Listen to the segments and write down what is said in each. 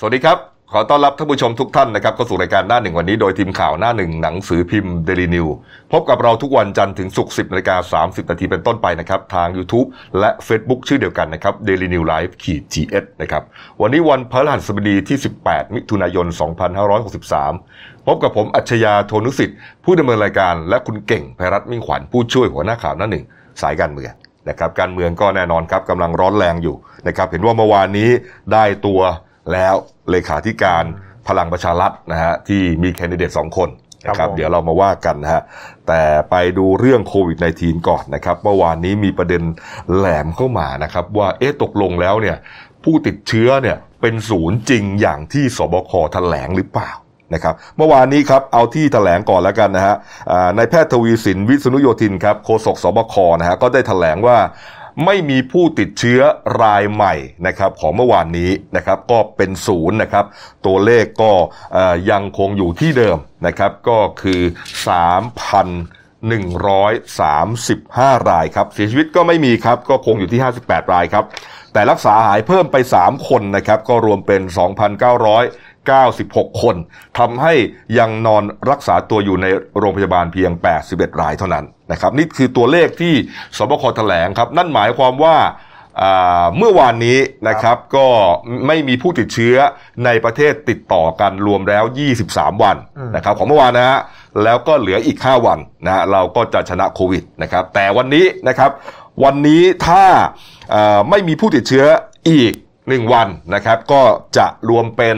สวัสดีครับขอต้อนรับท่านผู้ชมทุกท่านนะครับเข้าสู่รายการหน้าหนึ่งวันนี้โดยทีมข่าวหน้าหนึ่งหนังสือพิมพ์ Daily News พบกับเราทุกวันจันทร์ถึงศุกร์ 10:30 น.เป็นต้นไปนะครับทาง YouTube และ Facebook ชื่อเดียวกันนะครับ Daily News Live-GS นะครับวันนี้วันพฤหัสบดีที่18มิถุนายน2563พบกับผมอัจฉริยะ โทนุสิทธิ์ผู้ดำเนินรายการและคุณเก่งไพรัตน์มิ่งขวัญผู้ช่วยหัวหน้าข่าวหน้าหนึ่งสายการเมืองนะครับการเมืองก็แน่นอนครับกำลังร้อนแรงอยู่นะครับเห็นว่าเมื่อวานนี้ได้ตัวแล้วเลขาธิการพลังประชารัฐนะฮะที่มีแคนดิเดต2คนนะครับเดี๋ยวเรามาว่ากันนะฮะแต่ไปดูเรื่องโควิด -19 ก่อนนะครับเมื่อวานนี้มีประเด็นแหลมเข้ามานะครับว่าตกลงแล้วเนี่ยผู้ติดเชื้อเนี่ยเป็นศูนย์จริงอย่างที่สบคแถลงหรือเปล่านะครับเมื่อวานนี้ครับเอาที่แถลงก่อนแล้วกันนะฮะนายแพทย์ทวีสินวิษณุโยธินครับโฆษกสบคนะฮะก็ได้แถลงว่าไม่มีผู้ติดเชื้อรายใหม่นะครับของเมื่อวานนี้นะครับก็เป็นศูนย์นะครับตัวเลขก็ยังคงอยู่ที่เดิมนะครับก็คือ 3,135 รายครับเสียชีวิตก็ไม่มีครับก็คงอยู่ที่58รายครับแต่รักษาหายเพิ่มไป3คนนะครับก็รวมเป็น 2,996 คนทำให้ยังนอนรักษาตัวอยู่ในโรงพยาบาลเพียง81รายเท่านั้นนะครับนี่คือตัวเลขที่สบคแถลงครับนั่นหมายความว่าเมื่อวานนี้นะครับก็ไม่มีผู้ติดเชื้อในประเทศติดต่อกันรวมแล้ว23วันนะครับของเมื่อวานนะฮะแล้วก็เหลืออีก5วันนะฮะเราก็จะชนะโควิดนะครับแต่วันนี้นะครับวันนี้ถ้าไม่มีผู้ติดเชื้ออีก1วันนะครับก็จะรวมเป็น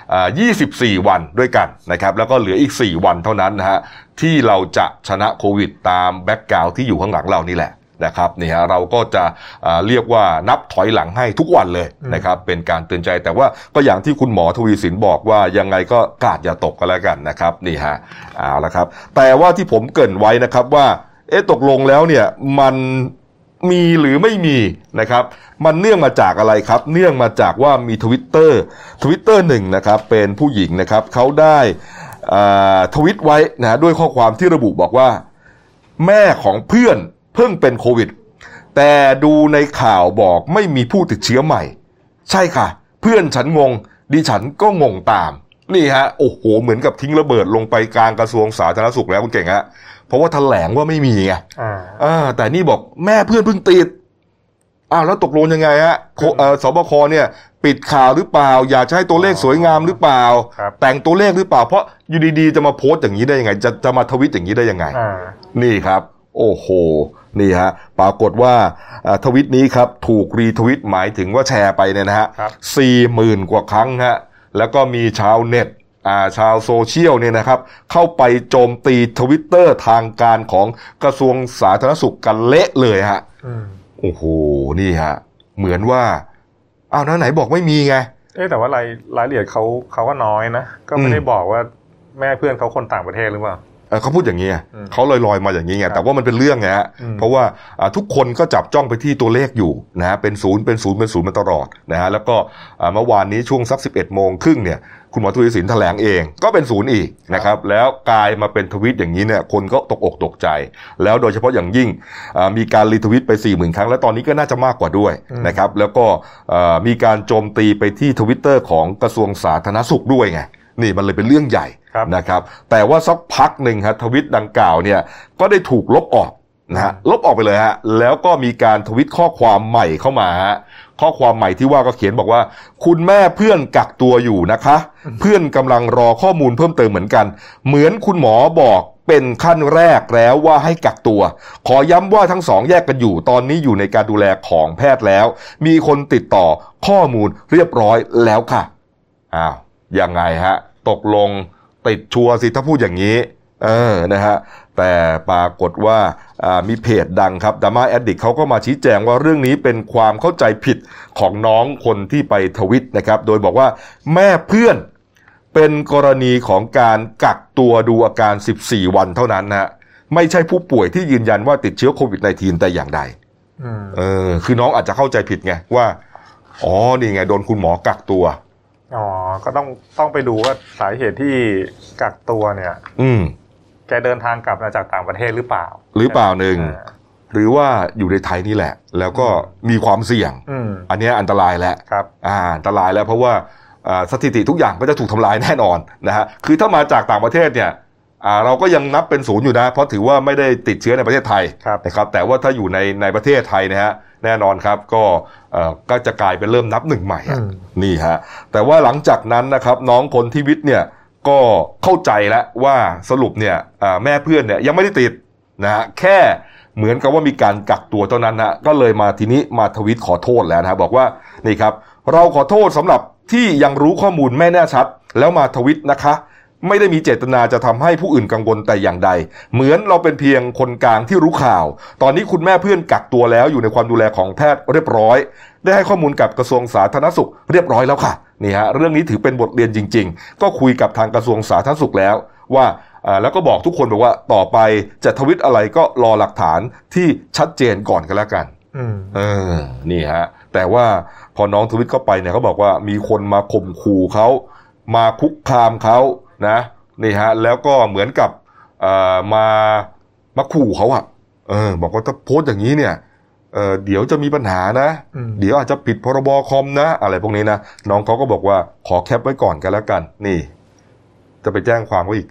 24วันด้วยกันนะครับแล้วก็เหลืออีก4วันเท่านั้นนะฮะที่เราจะชนะโควิดตามแบ็คกราวด์ที่อยู่ข้างหลังเรานี่แหละนะครับนี่ฮะเราก็จะเรียกว่านับถอยหลังให้ทุกวันเลยนะครับเป็นการเตือนใจแต่ว่าก็อย่างที่คุณหมอทวีสินบอกว่ายังไงก็กาดอย่าตกกันแล้วกันนะครับนี่ฮะเอาละครับแต่ว่าที่ผมเกริ่นไว้นะครับว่าตกลงแล้วเนี่ยมันมีหรือไม่มีนะครับมันเนื่องมาจากอะไรครับเนื่องมาจากว่ามีทวิตเตอร์หนึ่งนะครับเป็นผู้หญิงนะครับเขาได้ทวิตไว้นะด้วยข้อความที่ระบุบอกว่าแม่ของเพื่อนเพิ่งเป็นโควิดแต่ดูในข่าวบอกไม่มีผู้ติดเชื้อใหม่ใช่ค่ะเพื่อนฉันงงดิฉันก็งงตามนี่ฮะโอ้โหเหมือนกับทิ้งระเบิดลงไปกลางกระทรวงสาธารณสุขแล้วคุณเก่งฮะเพราะว่าแถลงว่าไม่มีไงแต่นี่บอกแม่เพื่อนเพิ่งติดแล้วตกลงยังไงฮะสบคเนี่ยปิดข่าวหรือเปล่าอยากจะให้ตัวเลขสวยงามหรือเปล่าแต่งตัวเลขหรือเปล่าเพราะอยู่ดีๆจะมาโพสต์อย่างนี้ได้ยังไงจะมาทวิตอย่างนี้ได้ยังไงนี่ครับโอ้โหนี่ฮะปรากฏว่าทวิตนี้ครับถูกรีทวิตหมายถึงว่าแชร์ไปเนี่ยนะฮะ 40,000 กว่าครั้งฮะแล้วก็มีชาวเน็ตชาวโซเชียลเนี่ยนะครับเข้าไปโจมตีทวิตเตอร์ทางการของกระทรวงสาธารณสุขกันเละเลยฮะโอ้โหนี่ฮะเหมือนว่าไหนบอกไม่มีไงแต่ว่ารายละเอียดเขาก็น้อยนะก็ไม่ได้บอกว่าแม่เพื่อนเขาคนต่างประเทศหรือเปล่าเขาพูดอย่างนี้เขาลอยๆมาอย่างนี้ไงแต่ว่ามันเป็นเรื่องไงฮะเพราะว่าทุกคนก็จับจ้องไปที่ตัวเลขอยู่นะฮะเป็นศูนย์มาตลอดนะฮะแล้วก็เมื่อวานนี้ช่วงสัก 11:30 นเนี่ยคุณหมอทวีสินแถลงเองก็เป็นศูนย์อีกนะครับแล้วกลายมาเป็นทวิตอย่างนี้เนี่ยคนก็ตกอกตกใจแล้วโดยเฉพาะอย่างยิ่งมีการรีทวิตไป 40,000 ครั้งแล้วตอนนี้ก็น่าจะมากกว่าด้วยนะครับแล้วก็มีการโจมตีไปที่ Twitter ของกระทรวงสาธารณสุขด้วยไงนี่มันเลยเป็นเรื่องใหญ่นะครับแต่ว่าสักพักหนึ่งฮะทวิตดังกล่าวเนี่ยก็ได้ถูกลบออกนะฮะลบออกไปเลยฮะแล้วก็มีการทวิตข้อความใหม่เข้ามาฮะข้อความใหม่ที่ว่าก็เขียนบอกว่าคุณแม่เพื่อนกักตัวอยู่นะคะเพื่อนกำลังรอข้อมูลเพิ่มเติมเหมือนกันเหมือนคุณหมอบอกเป็นขั้นแรกแล้วว่าให้กักตัวขอย้ำว่าทั้งสองแยกกันอยู่ตอนนี้อยู่ในการดูแลของแพทย์แล้วมีคนติดต่อข้อมูลเรียบร้อยแล้วค่ะยังไงฮะตกลงติดชัวร์สิถ้าพูดอย่างนี้นะฮะแต่ปรากฏว่ามีเพจดังครับ Dharma Addict เขาก็มาชี้แจงว่าเรื่องนี้เป็นความเข้าใจผิดของน้องคนที่ไปทวิตนะครับโดยบอกว่าแม่เพื่อนเป็นกรณีของการกักตัวดูอาการ14วันเท่านั้นนะไม่ใช่ผู้ป่วยที่ยืนยันว่าติดเชื้อโควิด -19 แต่อย่างใดคือน้องอาจจะเข้าใจผิดไงว่านี่ไงโดนคุณหมอกักตัวก็ต้องไปดูว่าสาเหตุที่กักตัวเนี่ยแกเดินทางกลับมาจากต่างประเทศหรือเปล่าหนึ่งหรือว่าอยู่ในไทยนี่แหละแล้วก็มีความเสี่ยงอันนี้อันตรายแล้วอันตรายแล้วเพราะว่าสถิติทุกอย่างก็จะถูกทำลายแน่นอนนะฮะคือถ้ามาจากต่างประเทศเนี่ยเราก็ยังนับเป็นศูนย์อยู่นะเพราะถือว่าไม่ได้ติดเชื้อในประเทศไทยนะครับแต่ว่าถ้าอยู่ในประเทศไทยนะฮะแน่นอนครับก็จะกลายเป็นเริ่มนับหนึ่งใหม่นี่ฮะแต่ว่าหลังจากนั้นนะครับน้องคนที่วิทย์เนี่ยก็เข้าใจแล้วว่าสรุปเนี่ยแม่เพื่อนเนี่ยยังไม่ได้ติดนะฮะแค่เหมือนกับว่ามีการกักตัวเท่านั้นนะก็เลยมาทีนี้มาทวิตขอโทษแล้วนะบอกว่านี่ครับเราขอโทษสำหรับที่ยังรู้ข้อมูลไม่แน่ชัดแล้วมาทวิตนะคะไม่ได้มีเจตนาจะทำให้ผู้อื่นกังวลแต่อย่างใดเหมือนเราเป็นเพียงคนกลางที่รู้ข่าวตอนนี้คุณแม่เพื่อนกักตัวแล้วอยู่ในความดูแลของแพทย์เรียบร้อยได้ให้ข้อมูลกับกระทรวงสาธารณสุขเรียบร้อยแล้วค่ะนี่ฮะเรื่องนี้ถือเป็นบทเรียนจริงๆก็คุยกับทางกระทรวงสาธารณสุขแล้วว่าแล้วก็บอกทุกคนบอกว่าต่อไปจะทวิตอะไรก็รอหลักฐานที่ชัดเจนก่อนกันแล้วกันนี่ฮะแต่ว่าพอน้องทวิตเข้าไปเนี่ยเขาบอกว่ามีคนมาข่มขู่เขามาคุกคามเขานะนี่ฮะแล้วก็เหมือนกับมาขู่เขาบอกว่าถ้าโพสต์อย่างนี้เนี่ยเดี๋ยวจะมีปัญหานะเดี๋ยวอาจจะผิดพรบคอมนะอะไรพวกนี้นะน้องเขาก็บอกว่าขอแคปไว้ก่อนกันแล้วกันนี่จะไปแจ้งความเขาอีก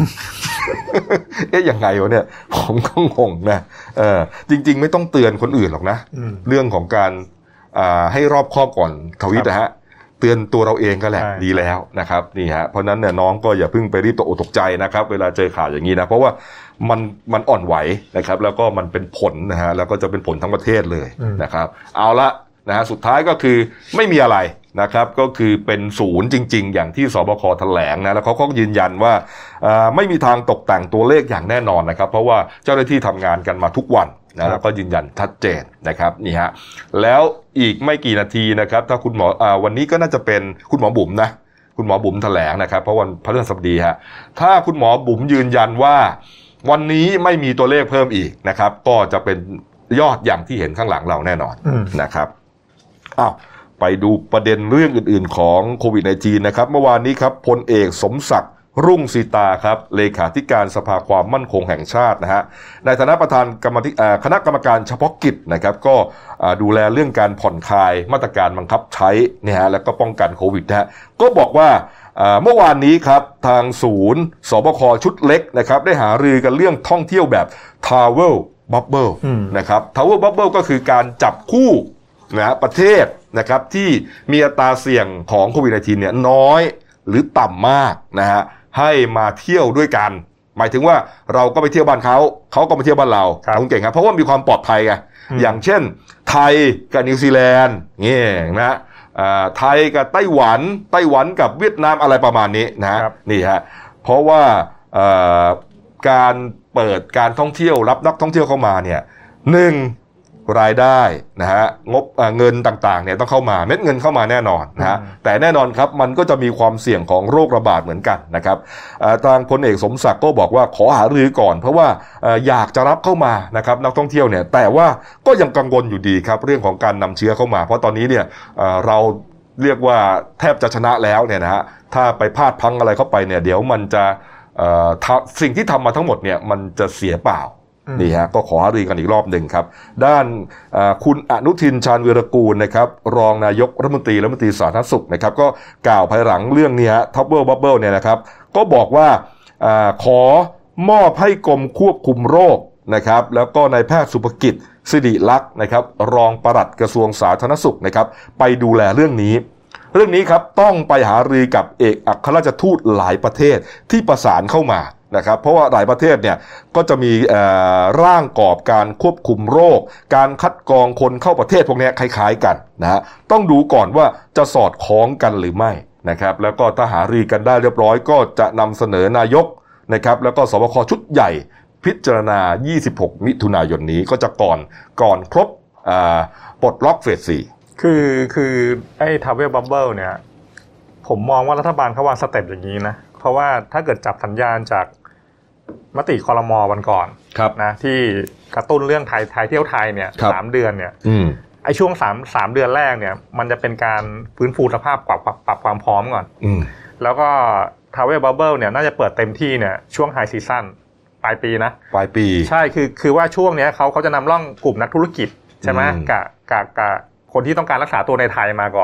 ยังไงวะเนี่ยผมก็งงนะจริงๆไม่ต้องเตือนคนอื่นหรอกนะเรื่องของการให้รอบคอบก่อนทวิตนะฮะเตือนตัวเราเองก็แหละดีแล้วนะครับนี่ฮะเพราะนั้นเนี่ยน้องก็อย่าเพิ่งไปรีบตกใจนะครับเวลาเจอข่าวอย่างนี้นะเพราะว่ามันอ่อนไหวนะครับแล้วก็มันเป็นผลนะฮะแล้วก็จะเป็นผลทั้งประเทศเลยนะครับเอาละนะฮะสุดท้ายก็คือไม่มีอะไรนะครับก็คือเป็นศูนย์จริงๆอย่างที่สบคแถลงนะแล้วเขาก็ยืนยันว่าไม่มีทางตกแต่งตัวเลขอย่างแน่นอนนะครับเพราะว่าเจ้าหน้าที่ทำงานกันมาทุกวันนะแล้วก็ยืนยันชัดเจนนะครับนี่ฮะแล้วอีกไม่กี่นาทีนะครับถ้าคุณหมอวันนี้ก็น่าจะเป็นคุณหมอบุ๋มนะคุณหมอบุ๋มแถลงนะครับเพราะวันพฤหัสบดีฮะถ้าคุณหมอบุ๋มยืนยันว่าวันนี้ไม่มีตัวเลขเพิ่มอีกนะครับก็จะเป็นยอดอย่างที่เห็นข้างหลังเราแน่นอนนะครับไปดูประเด็นเรื่องอื่นๆของโควิด-19 นะครับเมื่อวานนี้ครับพลเอกสมศักดิ์รุ่งสีตาครับเลขาธิการสภาความมั่นคงแห่งชาตินะฮะในฐานะประธานคณะกรรมการเฉพาะกิจนะครับก็ดูแลเรื่องการผ่อนคลายมาตรการบังคับใช้เนี่ยฮะแล้วก็ป้องกันโควิดนะฮะก็บอกว่าเมื่อวานนี้ครับทางศูนย์สบคชุดเล็กนะครับได้หารือกันเรื่องท่องเที่ยวแบบ Travel Bubble นะครับ Travel Bubble ก็คือการจับคู่นะประเทศนะครับที่มีอัตราเสี่ยงของโควิด-19 เนี่ยน้อยหรือต่ำมากนะฮะให้มาเที่ยวด้วยกันหมายถึงว่าเราก็ไปเที่ยวบ้านเขาก็มาเที่ยวบ้านเราคุณเก่งครับเพราะว่ามีความปลอดภัยไงอย่างเช่นไทยกับนิวซีแลนด์นี่นะไทยกับไต้หวันกับเวียดนามอะไรประมาณนี้นะนี่ฮะเพราะว่าการเปิดการท่องเที่ยวรับนักท่องเที่ยวเข้ามาเนี่ยรายได้นะฮะงบเงินต่างๆเนี่ยต้องเข้ามาเม็ดเงินเข้ามาแน่นอนนะฮะแต่แน่นอนครับมันก็จะมีความเสี่ยงของโรคระบาดเหมือนกันนะครับทางพลเอกสมศักดิ์ก็บอกว่าขอหารือก่อนเพราะว่าอยากจะรับเข้ามานะครับนักท่องเที่ยวเนี่ยแต่ว่าก็ยังกังวลอยู่ดีครับเรื่องของการนำเชื้อเข้ามาเพราะตอนนี้เนี่ยเราเรียกว่าแทบจะชนะแล้วเนี่ยนะฮะถ้าไปพลาดพังอะไรเข้าไปเนี่ยเดี๋ยวมันจะสิ่งที่ทำมาทั้งหมดเนี่ยมันจะเสียเปล่านี่ฮะก็ขอหารือกันอีกรอบหนึ่งครับด้านคุณอนุทินชาญวีรกูลนะครับรองนายกรัฐมนตรีสาธารณสุขนะครับก็กล่าวภายหลังเรื่องนี้ฮะ Travel Bubble เนี่ยนะครับก็บอกว่าขอมอบให้กรมควบคุมโรคนะครับแล้วก็นายแพทย์สุภกิจสิริลักษณ์นะครับรองปลัดกระทรวงสาธารณสุขนะครับไปดูแลเรื่องนี้ครับต้องไปหารือกับเอกอัครราชทูตหลายประเทศที่ประสานเข้ามานะครับเพราะว่าหลายประเทศเนี่ยก็จะมีร่างกรอบการควบคุมโรคการคัดกรองคนเข้าประเทศพวกนี้คล้ายๆกันนะฮะต้องดูก่อนว่าจะสอดคล้องกันหรือไม่นะครับแล้วก็ถ้าหารือกันได้เรียบร้อยก็จะนำเสนอนายกนะครับแล้วก็สบคชุดใหญ่พิจารณา26มิถุนายนนี้ก็จะก่อนครบปลดล็อกเฟส 4 คือไอ้ Travel Bubble เนี่ยผมมองว่ารัฐบาลเขาวางสเต็ปอย่างนี้นะเพราะว่าถ้าเกิดจับสัญญาณจากมติครม.วันก่อนนะที่กระตุ้นเรื่องไทยเที่ยวไทยเนี่ย3เดือนเนี่ยไอ้ช่วง3เดือนแรกเนี่ยมันจะเป็นการฟื้นฟูสภาพปรับความพร้อมก่อนแล้วก็ Travel Bubble เนี่ยน่าจะเปิดเต็มที่เนี่ยช่วงไฮซีซั่นปลายปีนะปลายปีใช่คือว่าช่วงเนี้ยเขาจะนำร่องกลุ่มนักธุรกิจใช่ไหมกับคนที่ต้องการรักษาตัวในไทยมาก่อน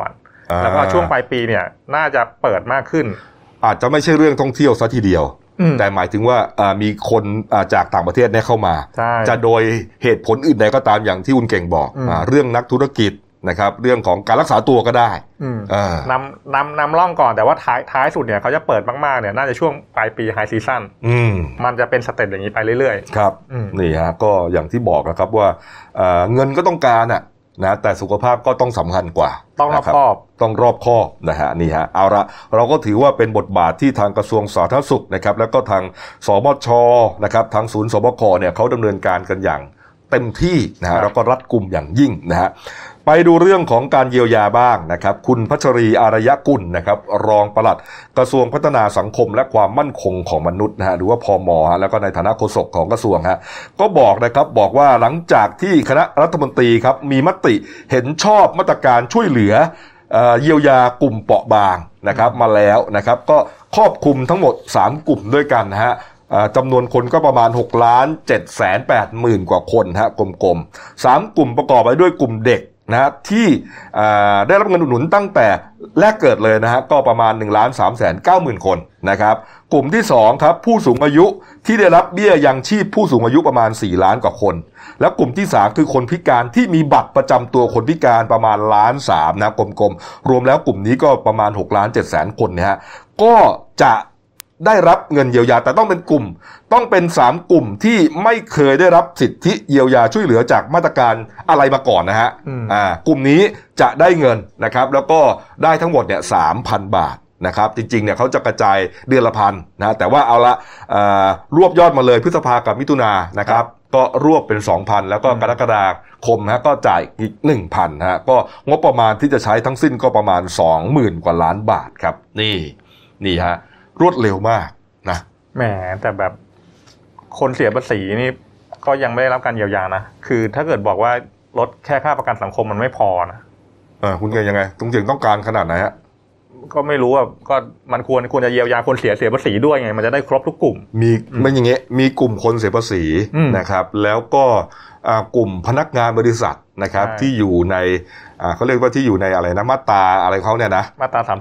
แล้วก็ช่วงปลายปีเนี่ยน่าจะเปิดมากขึ้นอาจจะไม่ใช่เรื่องท่องเที่ยวซะทีเดียวแต่หมายถึงว่ามีคนจากต่างประเทศเนี่ยเข้ามาจะโดยเหตุผลอื่นใดก็ตามอย่างที่คุณเก่งบอกเรื่องนักธุรกิจนะครับเรื่องของการรักษาตัวก็ได้นำร่องก่อนแต่ว่าท้ายสุดเนี่ยเขาจะเปิดมากๆเนี่ยน่าจะช่วงปลายปีไฮซีซั่นมันจะเป็นสเต็ปอย่างนี้ไปเรื่อยๆครับนี่ฮะก็อย่างที่บอกนะครับว่าเงินก็ต้องการนะแต่สุขภาพก็ต้องสำคัญกว่าต้องรอบคอบนะฮะนี่ฮะเอาละเราก็ถือว่าเป็นบทบาทที่ทางกระทรวงสาธารณสุขนะครับแล้วก็ทางสมช.นะครับทางศูนย์สบคเนี่ยเขาดำเนินการกันอย่างเต็มที่นะฮะแล้วก็รัดกุมอย่างยิ่งนะฮะไปดูเรื่องของการเยียวยาบ้างนะครับคุณพัชรีอารยกุลนะครับรองปลัดกระทรวงพัฒนาสังคมและความมั่นคงของมนุษย์นะฮะหรือว่าพม.แล้วก็ในฐานะโฆษกของกระทรวงฮะก็บอกนะครับบอกว่าหลังจากที่คณะรัฐมนตรีครับมีมติเห็นชอบมาตรการช่วยเหลือเยียวยากลุ่มเปราะบางนะครับมาแล้วนะครับก็ครอบคลุมทั้งหมด3กลุ่มด้วยกันนะฮะจำนวนคนก็ประมาณ 6,780,000 กว่าคนฮะกลมๆ3กลุ่มประกอบไปด้วยกลุ่มเด็กนะที่ได้รับเงินอุดหนุนตั้งแต่แรกเกิดเลยนะฮะก็ประมาณ 1,390,000 คนนะครับกลุ่มที่2ครับผู้สูงอายุที่ได้รับเบี้ยยังชีพผู้สูงอายุประมาณ4ล้านกว่าคนแล้วกลุ่มที่3คือคนพิการที่มีบัตรประจำตัวคนพิการประมาณ1.3 ล้านนะกลมๆรวมแล้วกลุ่มนี้ก็ประมาณ6,700,000 คนเนี่ยฮะก็จะได้รับเงินเยียวยาแต่ต้องเป็น3กลุ่มที่ไม่เคยได้รับสิทธิเยียวยาช่วยเหลือจากมาตรการอะไรมาก่อนนะฮะกลุ่มนี้จะได้เงินนะครับแล้วก็ได้ทั้งหมดเนี่ย 3,000 บาทนะครับจริงๆเนี่ยเขาจะกระจายเดือนละ1,000นะแต่ว่าเอาละรวบยอดมาเลยพฤษภากับมิถุนายนนะครับก็รวบเป็น 2,000 แล้วก็กรกฎาคมฮะก็จ่ายอีก 1,000 ฮะก็งบประมาณที่จะใช้ทั้งสิ้นก็ประมาณ 20,000 กว่าล้านบาทครับนี่ฮะรวดเร็วมากนะแหมแต่แบบคนเสียภาษีนี่ก็ยังไม่ได้รับการเยียวยานะคือถ้าเกิดบอกว่าลดแค่ค่าประกันสังคมมันไม่พอนะคุณเก่งยังไงต้องการขนาดไหนฮะก็ไม่รู้ว่าก็มันควรจะเยียวยาคนเสียภาษีด้วยไงมันจะได้ครบทุกกลุ่มมีไม่อย่างเงี้ยมีกลุ่มคนเสียภาษีนะครับแล้วก็กลุ่มพนักงานบริษัทนะครับที่อยู่ในเขาเรียกว่าที่อยู่ในอะไรนะมาตราอะไรเขาเนี่ยนะมาตรา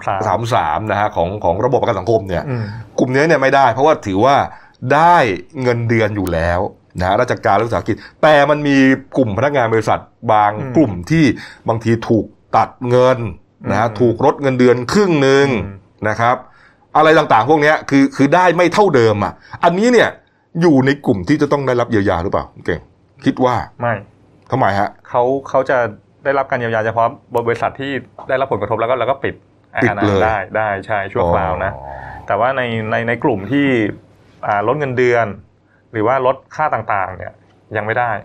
33นะฮะของระบบประกันสังคมเนี่ยกลุ่มนี้เนี่ยไม่ได้เพราะว่าถือว่าได้เงินเดือนอยู่แล้วนะราชการรัฐวิสาหกิจแต่มันมีกลุ่มพนักงานบริษัทบางกลุ่มที่บางทีถูกตัดเงินนะฮะถูกลดเงินเดือนครึ่งนึงนะครับอะไรต่างๆพวกนี้คือได้ไม่เท่าเดิมอันนี้เนี่ยอยู่ในกลุ่มที่จะต้องได้รับเยียวยาหรือเปล่าเก่งคิดว่าไม่ทำไมฮะเขาจะได้รับการเยียวยาเฉพาะบริษัทที่ได้รับผลกระทบแล้วก็ปิดเลยได้ใช่ชั่วคราวนะแต่ว่าในกลุ่มที่ลดเงินเดือนหรือว่าลดค่าต่างๆเนี่ยยังไม่ได้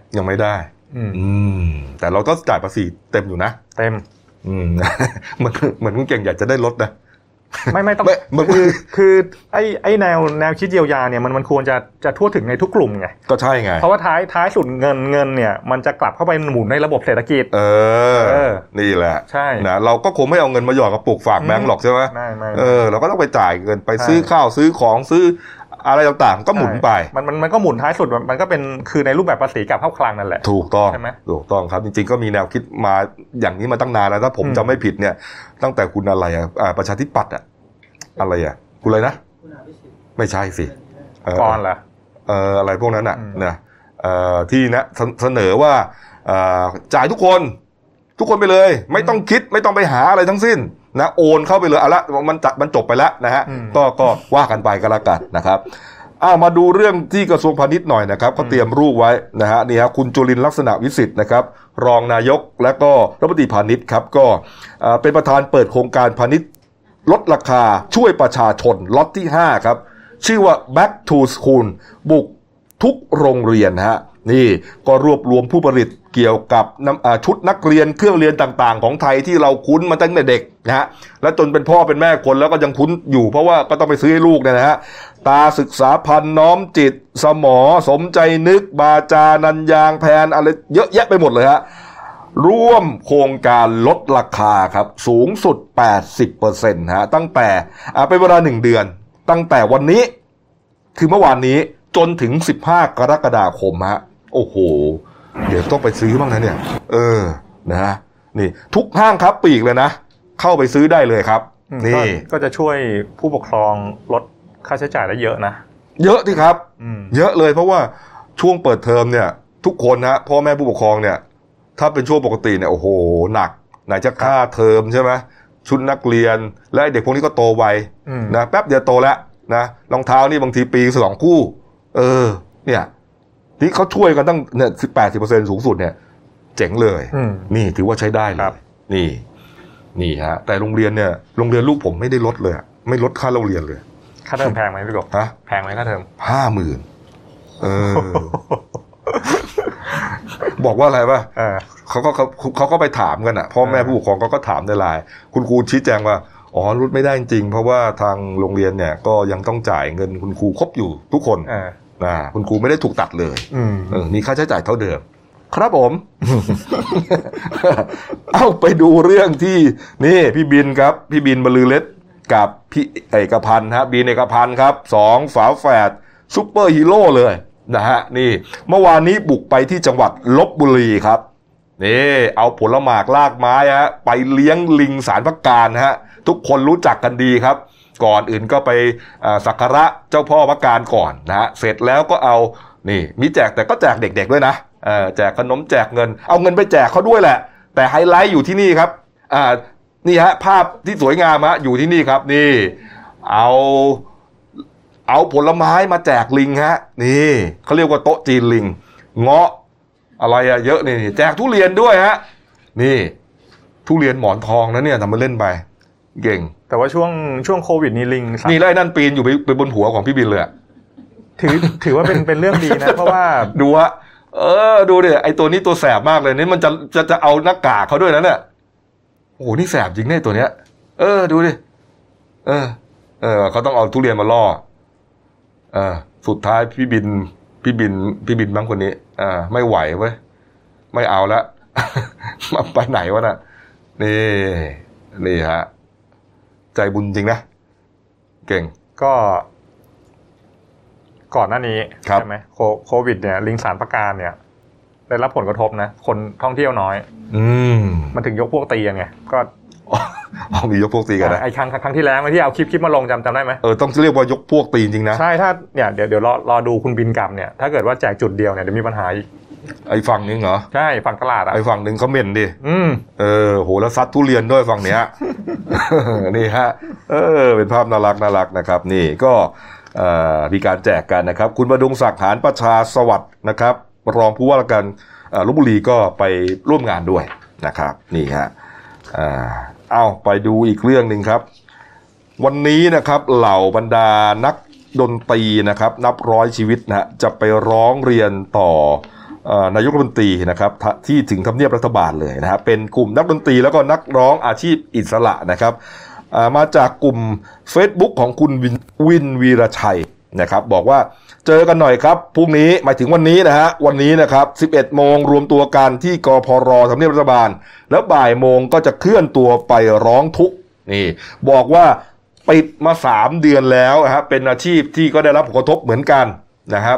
แต่เราก็จ่ายภาษีเต็มอยู่นะเต็มเหมือนคุณเก่งอยากจะได้ลดนะไม่ต้องคือไอ้แนวคิดเยียวยาเนี่ยมันควรจะทั่วถึงในทุกกลุ่มไงก็ใช่ไงเพราะว่าท้ายสุดเงินเนี่ยมันจะกลับเข้าไปหมุนในระบบเศรษฐกิจนี่แหละใช่นะเราก็คงไม่เอาเงินมาหยอดกระปุกฝากแบงก์หรอกใช่ไหมไม่เราก็ต้องไปจ่ายเงินไปซื้อข้าวซื้อของซื้ออะไรต่างๆก็หมุนไปมันก็หมุนท้ายสุดมันก็เป็นคือในรูปแบบภาษีกลับเข้าคลังนั่นแหละถูกต้องใช่ไหมถูกต้องครับจริงๆก็มีแนวคิดมาอย่างนี้มาตั้งนานแล้วถ้าผมจำไม่ผิดเนี่ยตั้งแต่คุณอะไรประชาธิปัตย์อะไรคุณอะไรนะไม่ใช่สิก่อนเหรออะไรพวกนั้นนะที่นะเสนอว่าจ่ายทุกคนไปเลยไม่ต้องคิดไม่ต้องไปหาอะไรทั้งสิ้นนะโอนเข้าไปเลยละมันจบไปแล้วนะฮะก็ว่ากันไปก็แล้วกันนะครับมาดูเรื่องที่กระทรวงพาณิชย์หน่อยนะครับเขาเตรียมรูปไว้นะฮะนี่ฮะคุณจุลินทร์ลักษณะวิสิทธิ์นะครับรองนายกและก็รัฐมนตรีพาณิชย์ครับก็เป็นประธานเปิดโครงการพาณิชย์ลดราคาช่วยประชาชนล็อตที่5ครับชื่อว่า Back to School บุกทุกโรงเรียนฮะนี่ก็รวบรวมผู้ผลิตเกี่ยวกับชุดนักเรียนเครื่องเรียนต่างๆของไทยที่เราคุ้นมาตั้งแต่เด็กนะฮะและจนเป็นพ่อเป็นแม่คนแล้วก็ยังคุ้นอยู่เพราะว่าก็ต้องไปซื้อให้ลูกเนี่ยนะฮะตาศึกษาพันธ์น้อมจิตสมอสมใจนึกบาจานันยางแพนอะไรเยอะแยะไปหมดเลยฮะร่วมโครงการลดราคาครับสูงสุด 80% ฮะตั้งแต่เป็นเวลา1เดือนตั้งแต่วันนี้คือเมื่อวานนี้จนถึง15กรกฎาคมฮะโอ้โหเดี๋ยวต้องไปซื้อบ้างนะเนี่ยนะฮะนี่ทุกห้างครับปลีกเลยนะเข้าไปซื้อได้เลยครับนี่ก็จะช่วยผู้ปกครองลดค่าใช้จ่ายได้เยอะนะเยอะที่ครับเยอะเลยเพราะว่าช่วงเปิดเทอมเนี่ยทุกคนนะพ่อแม่ผู้ปกครองเนี่ยถ้าเป็นช่วงปกติเนี่ยโอ้โหหนักไหนจะค่าเทอมใช่ไหมชุดนักเรียนและเด็กพวกนี้ก็โตไวนะแป๊บเดียวโตแล้วนะรองเท้านี่บางทีปี2 คู่เนี่ยที่เขาช่วยกันตั้งเนี่ย80%สูงสุดเนี่ยเจ๋งเลยนี่ถือว่าใช้ได้เลยนี่ฮะแต่โรงเรียนลูกผมไม่ได้ลดเลยไม่ลดค่าโรงเรียนเลยค่าเทอมแพงไหมพี่กบแพงไหมค่าเทอม 50,000บอกว่าอะไรป่ะเขาก็ไปถามกันอ่ะพ่อแม่ผู้ปกครองก็ถามในไลน์คุณครูชี้แจงว่าอ๋อลดไม่ได้จริงเพราะว่าทางโรงเรียนเนี่ยก็ยังต้องจ่ายเงินคุณครูครบอยู่ทุกคนคุณครูไม่ได้ถูกตัดเลยมีค่าใช้จ่ายเท่าเดิมครับผม เอาไปดูเรื่องที่นี่พี่บินครับพี่บินบรรลือฤทธิ์กับพี่เอกพันธ์บินเอกพันธ์ครับ2ฝาแฝดซุปเปอร์ฮีโร่เลยนะฮะนี่เมื่อวานนี้บุกไปที่จังหวัดลพบุรีครับนี่เอาผลหมากลากไม้ไปเลี้ยงลิงศาลพระการฮะทุกคนรู้จักกันดีครับก่อนอื่นก็ไปสักการะเจ้าพ่อพระการก่อนนะฮะเสร็จแล้วก็เอานี่มีแจกแต่ก็แจกเด็กๆด้วยนะแจกขนมแจกเงินเอาเงินไปแจกเขาด้วยแหละแต่ไฮไลท์อยู่ที่นี่ครับนี่ฮะภาพที่สวยงามอยู่ที่นี่ครับนี่เอาผลไม้มาแจกลิงฮะนี่เขาเรียกว่าโต๊ะจีนลิงเงาะอะไรเยอะนี่แจกทุเรียนด้วยฮะนี่ทุเรียนหมอนทองนะเนี่ยทำมาเล่นไปเก่งแต่ว่าช่วงโควิดนี่ลิงนี่ไล่นั่นปีนอยู่ไปบนหัวของพี่บินเลยถือว่าเป็นเรื่องดีนะเพราะว่าดูดูดิไอตัวนี้ตัวแสบมากเลยนี่มันจะเอาหน้ากากเขาด้วยนะเนี่ยโอ้โหนี่แสบจริงเนี่ยตัวเนี้ยดูดิเขาต้องเอาทุเรียนมาล่อสุดท้ายพี่บินบางคนนี้ไม่ไหวเว้ยไม่เอาละ มาไปไหนวะน่ะนี่ฮะใจบุญจริงนะเก่งก็ก่อนหน้านี้ใช่ไหมโควิดเนี่ยลิงศาลพระการเนี่ยได้รับผลกระทบนะคนท่องเที่ยวน้อยมันถึงยกพวกตีกันไงก็มียกพวกตีกันนะไอ้ครั้งที่แล้วที่เอาคลิปมาลงจำได้ไหมต้องเรียกว่ายกพวกตีจริงนะใช่ถ้าเนี่ยเดี๋ยวรอดูคุณบินกลับเนี่ยถ้าเกิดว่าแจกจุดเดียวเนี่ยเดี๋ยวมีปัญหาอีกไอ้ฝั่งนึงเหรอใช่ฝั่งตลาดไอ้ฝั่งนึงเขาเหม็นดิโหแล้วซัดทุเรียนด้วยฝั่งเนี้ย นี่ฮะเป็นภาพน่ารักนะครับนี่ก็มีการแจกกันนะครับคุณประดุงศักดิ์หานประชาสวัสดิ์นะครับรองผู้ว่าราชการลพบุรีก็ไปร่วมงานด้วยนะครับนี่ฮะเอาไปดูอีกเรื่องนึงครับวันนี้นะครับเหล่าบรรดานักดนตรีนะครับนับร้อยชีวิตนะจะไปร้องเรียนต่อนายกรัฐมนตรีนะครับที่ถึงทำเนียบรัฐบาลเลยนะฮะเป็นกลุ่มนักดนตรีแล้วก็นักร้องอาชีพอิสระนะครับมาจากกลุ่ม Facebook ของคุณวินวีรชัยนะครับบอกว่าเจอกันหน่อยครับพรุ่งนี้หมายถึงวันนี้นะฮะวันนี้นะครับ 11 โมงรวมตัวกันที่กพรทำเนียบรัฐบาลแล้วบ่ายโมงก็จะเคลื่อนตัวไปร้องทุกข์นี่บอกว่าปิดมา3 เดือนแล้วครับเป็นอาชีพที่ก็ได้รับผลกระทบเหมือนกันนะครับ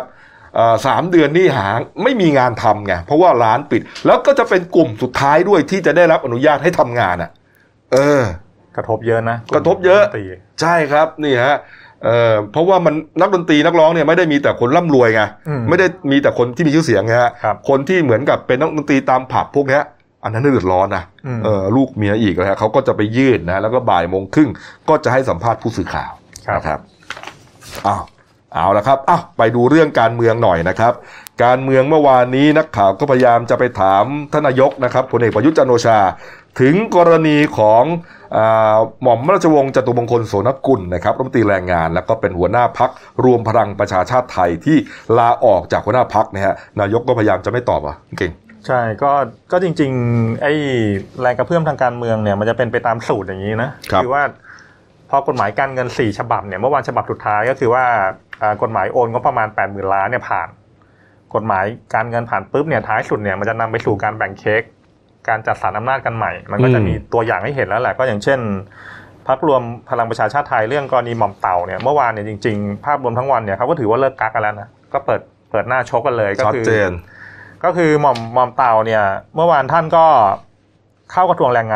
3 เดือนนี่หาไม่มีงานทำไงเพราะว่าร้านปิดแล้วก็จะเป็นกลุ่มสุดท้ายด้วยที่จะได้รับอนุญาตให้ทำงานกระทบเยอะนะกระทบเยอะใช่ครับนี่ฮะเพราะว่ามันนักดนตรีนักร้องเนี่ยไม่ได้มีแต่คนร่ำรวยไงไม่ได้มีแต่คนที่มีชื่อเสียงไงฮะคนที่เหมือนกับเป็นนักดนตรีตามผับพวกนี้อันนั้นเดือดร้อนนะลูกเมียอีกนะฮะเขาก็จะไปยื่นนะแล้วก็บ่ายโมงครึ่งก็จะให้สัมภาษณ์ผู้สื่อข่าวนะครับเอาละครับไปดูเรื่องการเมืองหน่อยนะครับการเมืองเมื่อวานนี้นักข่าวก็พยายามจะไปถามท่านนายกนะครับพลเอกประยุทธ์จันทร์โอชาถึงกรณีของหม่อมราชวงศ์จตุมงคลโสนกุลนะครับรัฐมนตรีแรงงานแล้วก็เป็นหัวหน้าพรรครวมพลังประชาชาติไทยที่ลาออกจากหัวหน้าพรรคนะฮะนายกก็พยายามจะไม่ตอบเก่งใช่ก็จริงๆไอ้แรงกระเพื่อมทางการเมืองเนี่ยมันจะเป็นไปตามสูตรอย่างนี้นะคือว่าพอกฎหมายการเงิน4 ฉบับเนี่ยเมื่อวานฉบับสุดท้ายก็คือว่ากฎหมายโอนก็ประมาณ 80,000 ล้านเนี่ยผ่านกฎหมายการเงินผ่านปุ๊บเนี่ยท้ายสุดเนี่ยมันจะนำไปสู่การแบ่งเค้กการจัดสรรอำนาจกันใหม่มันก็จะมีตัวอย่างให้เห็นแล้วแหละก็อย่างเช่นพรรครวมพลังประชาชาติไทยเรื่องกรณีหม่อมเต่าเนี่ยเมื่อวานเนี่ยจริงๆภาพรวมทั้งวันเนี่ยเขาก็ถือว่าเลิกกักกันแล้วนะก็เปิดหน้าชกกันเลยก็คือหม่อมเต่าเนี่ยเมื่อวานท่านก็เข้ากระทรวงแรงงาน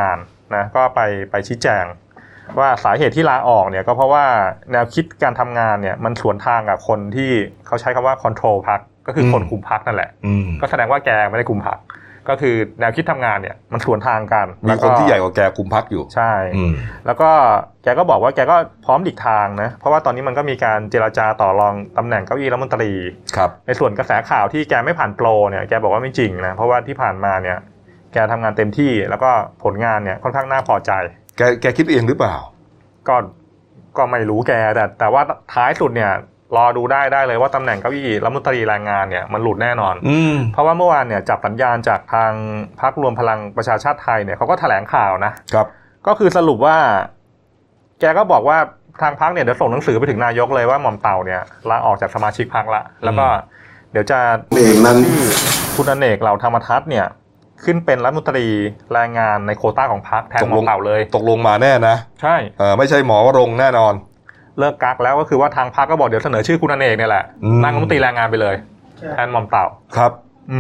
นะก็ไปชี้แจงว่าสาเหตุที่ลาออกเนี่ยก็เพราะว่าแนวคิดการทำงานเนี่ยมันสวนทางกับคนที่เขาใช้คำว่า control พรรคก็คือคนคุมพรรคนั่นแหละก็แสดงว่าแกไม่ได้คุมพรรคก็คือแนวคิดทำงานเนี่ยมันสวนทางกันมีคนที่ใหญ่กว่าแกคุมพรรคอยู่ใช่แล้วก็แกก็บอกว่าแกก็พร้อมหลีกทางนะเพราะว่าตอนนี้มันก็มีการเจรจาต่อรองตำแหน่งเก้าอี้รัฐมนตรีในส่วนกระแสข่าวที่แกไม่ผ่านโปรเนี่ยแกบอกว่าไม่จริงนะเพราะว่าที่ผ่านมาเนี่ยแกทำงานเต็มที่แล้วก็ผลงานเนี่ยค่อนข้างน่าพอใจแกคิดเองหรือเปล่าก็ไม่รู้แกแต่ว่าท้ายสุดเนี่ยรอดูได้เลยว่าตำแหน่งเก้าอี้รัฐมนตรีแรงงานเนี่ยมันหลุดแน่นอนเพราะว่าเมื่อวานเนี่ยจับสัญญาณจากทางพรรครวมพลังประชาชาติไทยเนี่ยเขาก็แถลงข่าวนะครับก็คือสรุปว่าแกก็บอกว่าทางพรรคเนี่ยเดี๋ยวส่งหนังสือไปถึงนายกเลยว่าหม่อมเต่าเนี่ยลาออกจากสมาชิกพรรคละแล้วก็เดี๋ยวจะคุณอเนกเหล่าธรรมทัศน์เนี่ยขึ้นเป็นรัฐมนตรีแรงงานในโควต้าของพรรคแทนหม่อมเต่าเลยตกลงมาแน่นะใช่ไม่ใช่หมอวรงค์แน่นอนเลิกกักแล้วก็คือว่าทางพรรคก็บอกเดี๋ยวเสนอชื่อคุณอเนกเนี่ยแหละนั่งรัฐมนตรีแรงงานไปเลยแทนหม่อมเต่าครับ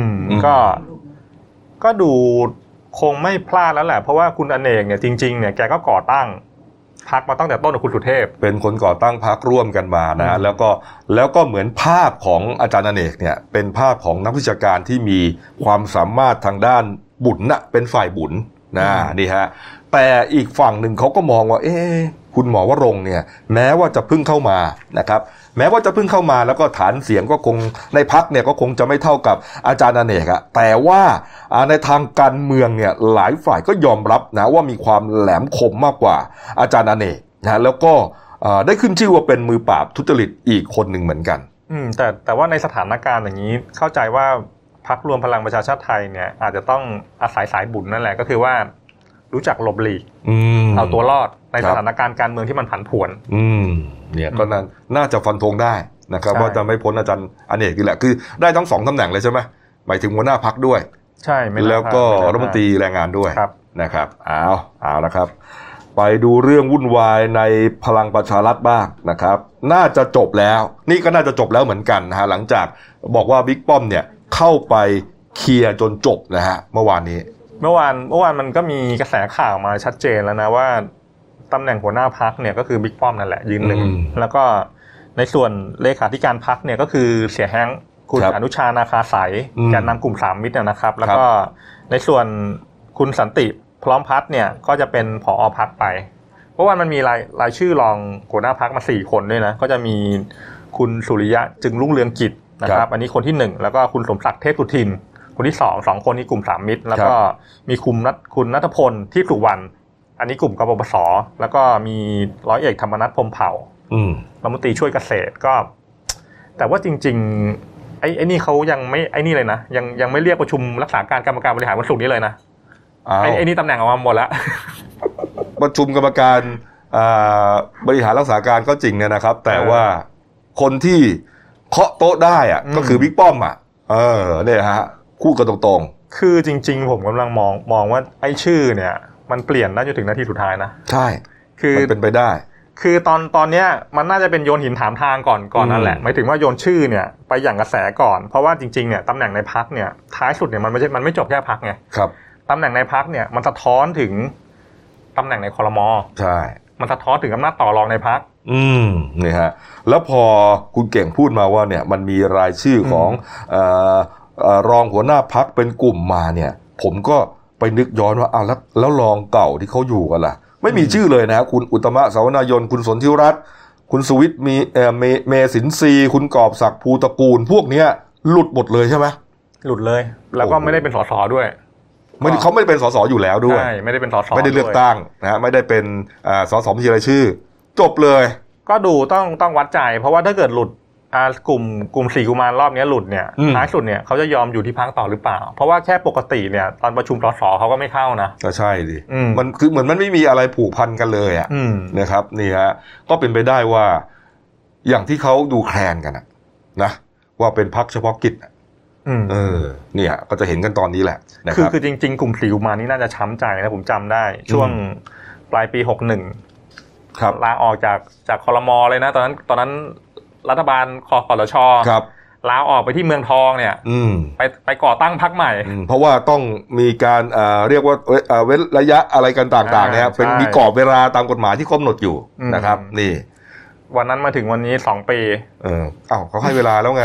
ก็ดูคงไม่พลาดแล้วแหละเพราะว่าคุณอเนกเนี่ยจริงๆเนี่ยแกก็ก่อตั้งพรรคมาตั้งแต่ต้นกับคุณสุเทพเป็นคนก่อตั้งพรรคร่วมกันมานะแล้วก็เหมือนภาพของอาจารย์อเนกเนี่ยเป็นภาพของนักวิชาการที่มีความสามารถทางด้านบุญนะเป็นฝ่ายบุญนะนี่ฮะแต่อีกฝั่งหนึ่งเขาก็มองว่าคุณหมอวรงค์เนี่ยแม้ว่าจะเพิ่งเข้ามานะครับแม้ว่าจะเพิ่งเข้ามาแล้วก็ฐานเสียงก็คงในพรรคเนี่ยก็คงจะไม่เท่ากับอาจารย์อเนกอะแต่ว่าในทางการเมืองเนี่ยหลายฝ่ายก็ยอมรับนะว่ามีความแหลมคมมากกว่าอาจารย์อเนกนะแล้วก็ได้ขึ้นชื่อว่าเป็นมือปราบทุจริตอีกคนหนึ่งเหมือนกันแต่ว่าในสถานการณ์อย่างนี้เข้าใจว่าพรรครวมพลังประชาชาติไทยเนี่ยอาจจะต้องอาศัยสายบุญนั่นแหละก็คือว่ารู้จักหลบหลีกเอาตัวรอดในสถานการณ์การเมืองที่มันผันผวนเนี่ยก็น่าจะฟันธงได้นะครับว่าจะไม่พ้นอาจารย์อเนกนี่แหละคือได้ทั้ง2ตำแหน่งเลยใช่ไหมหมายถึงหัวหน้าพรรคด้วยใช่แล้วก็รัฐมนตรีแรงงานด้วยนะครับเอานะครับไปดูเรื่องวุ่นวายในพลังประชารัฐบ้างนะครับน่าจะจบแล้วนี่ก็น่าจะจบแล้วเหมือนกันนะฮะหลังจากบอกว่าบิ๊กป้อมเนี่ยเข้าไปเคลียร์จนจบนะฮะเมื่อวานมันก็มีกระแสข่าวมาชัดเจนแล้วนะว่าตำแหน่งหัวหน้าพรรคเนี่ยก็คือบิ๊กป้อมนั่นแหละยืนหนึ่งแล้วก็ในส่วนเลขาธิการพรรคเนี่ยก็คือเสียแฮงคุณอนุชานาคาสายแกนนำกลุ่มสามมิตรนะครับแล้วก็ในส่วนคุณสันติพร้อมพัฒน์เนี่ยก็จะเป็นผอ.พรรคไปเพราะว่ามันมีรายชื่อรองหัวหน้าพรรคมา4คนด้วยนะก็จะมีคุณสุริยะจึงรุ่งเรืองกิจนะครับอันนี้คนที่1แล้วก็คุณสมศักดิ์เทพสุทินคนที่2คนนี้กลุ่มสามมิตรแล้วก็มีคุณณัฐพลที่สุวรรณอันนี้กลุ่มกปปส.แล้วก็มีร้อยเอกธรรมนัสพรหมเผ่ารัฐมนตรีช่วยเกษตรก็แต่ว่าจริงๆไอ้นี่เขายังไม่ไอ้นี่เลยนะยังไม่เรียกประชุมรักษาการกรรมการบริหารวันศุกร์นี้เลยนะไอ้นี่ตำแหน่งออกมาหมดแล้วประชุมกรรมการบริหารรักษาการก็จริงเนี่ยนะครับแต่ว่าคนที่เคาะโต๊ะได้อะก็คือบิ๊กป้อมอ่ะเนี่ยฮะคู่กันตรงๆคือจริงๆผมกำลังมองว่าไอ้ชื่อเนี่ยมันเปลี่ยนได้จนถึงนาทีสุดท้ายนะใช่คือมันเป็นไปได้คือตอนเนี้ยมันน่าจะเป็นโยนหินถามทางก่อนนั่นแหละหมายถึงว่าโยนชื่อเนี่ยไปอย่างกระแสก่อนเพราะว่าจริงๆเนี่ยตำแหน่งในพรรคเนี่ยท้ายสุดเนี่ยมันไม่จบแค่พรรคไงครับตำแหน่งในพรรคเนี่ยมันสะท้อนถึงตำแหน่งในครม. ใช่มันสะท้อนถึงอำนาจต่อรองในพรรคนี่ฮะแล้วพอคุณเก่งพูดมาว่าเนี่ยมันมีรายชื่อของรองหัวหน้าพรรคเป็นกลุ่มมาเนี่ยผมก็ไปนึกย้อนว่าแล้วรองเก่าที่เขาอยู่กันล่ะไม่มีชื่อเลยนะคุณอุตตมะสาวนายนคุณสนธิรัตน์คุณสุวิทย์มีเมสินทรีย์คุณกอบศักดิ์ภูตระกูลพวกเนี้ยหลุดหมดเลยใช่ไหมหลุดเลยแล้วก็ไม่ได้เป็นสสด้วยเขาไม่ได้เป็นสสอยู่แล้วด้วยใช่ไม่ได้เป็นสสไม่ได้เลือกตั้งนะไม่ได้เป็นสสบัญชีรายชื่อจบเลยก็ดูต้องวัดใจเพราะว่าถ้าเกิดหลุดกลุ่ม4กุมารรอบนี้หลุดเนี่ยท้ายสุดเนี่ยเขาจะยอมอยู่ที่พรรคต่อหรือเปล่าเพราะว่าแค่ปกติเนี่ยตอนประชุมสสเขาก็ไม่เข้านะก็ใช่ดิมันคือเหมือนมันไม่มีอะไรผูกพันกันเลยอ่ะนะครับนี่ฮะก็เป็นไปได้ว่าอย่างที่เขาดูแคลนกันนะว่าเป็นพรรคเฉพาะกิจเนี่ยก็จะเห็นกันตอนนี้แหละนะครับคือจริงๆกลุ่ม4กุมารนี่น่าจะช้ำใจนะผมจำได้ช่วงปลายปี61ครับลาออกจากครม.เลยนะตอนนั้นรัฐบาลคสช. ครับลาออกไปที่เมืองทองเนี่ยไปก่อตั้งพรรคใหม่เพราะว่าต้องมีการเรียกว่าเว้นระยะอะไรกันต่างๆนะครับเป็นมีกรอบเวลาตามกฎหมายที่กำหนดอยู่นะครับนี่วันนั้นมาถึงวันนี้2 ปีเขาให้เวลาแล้วไง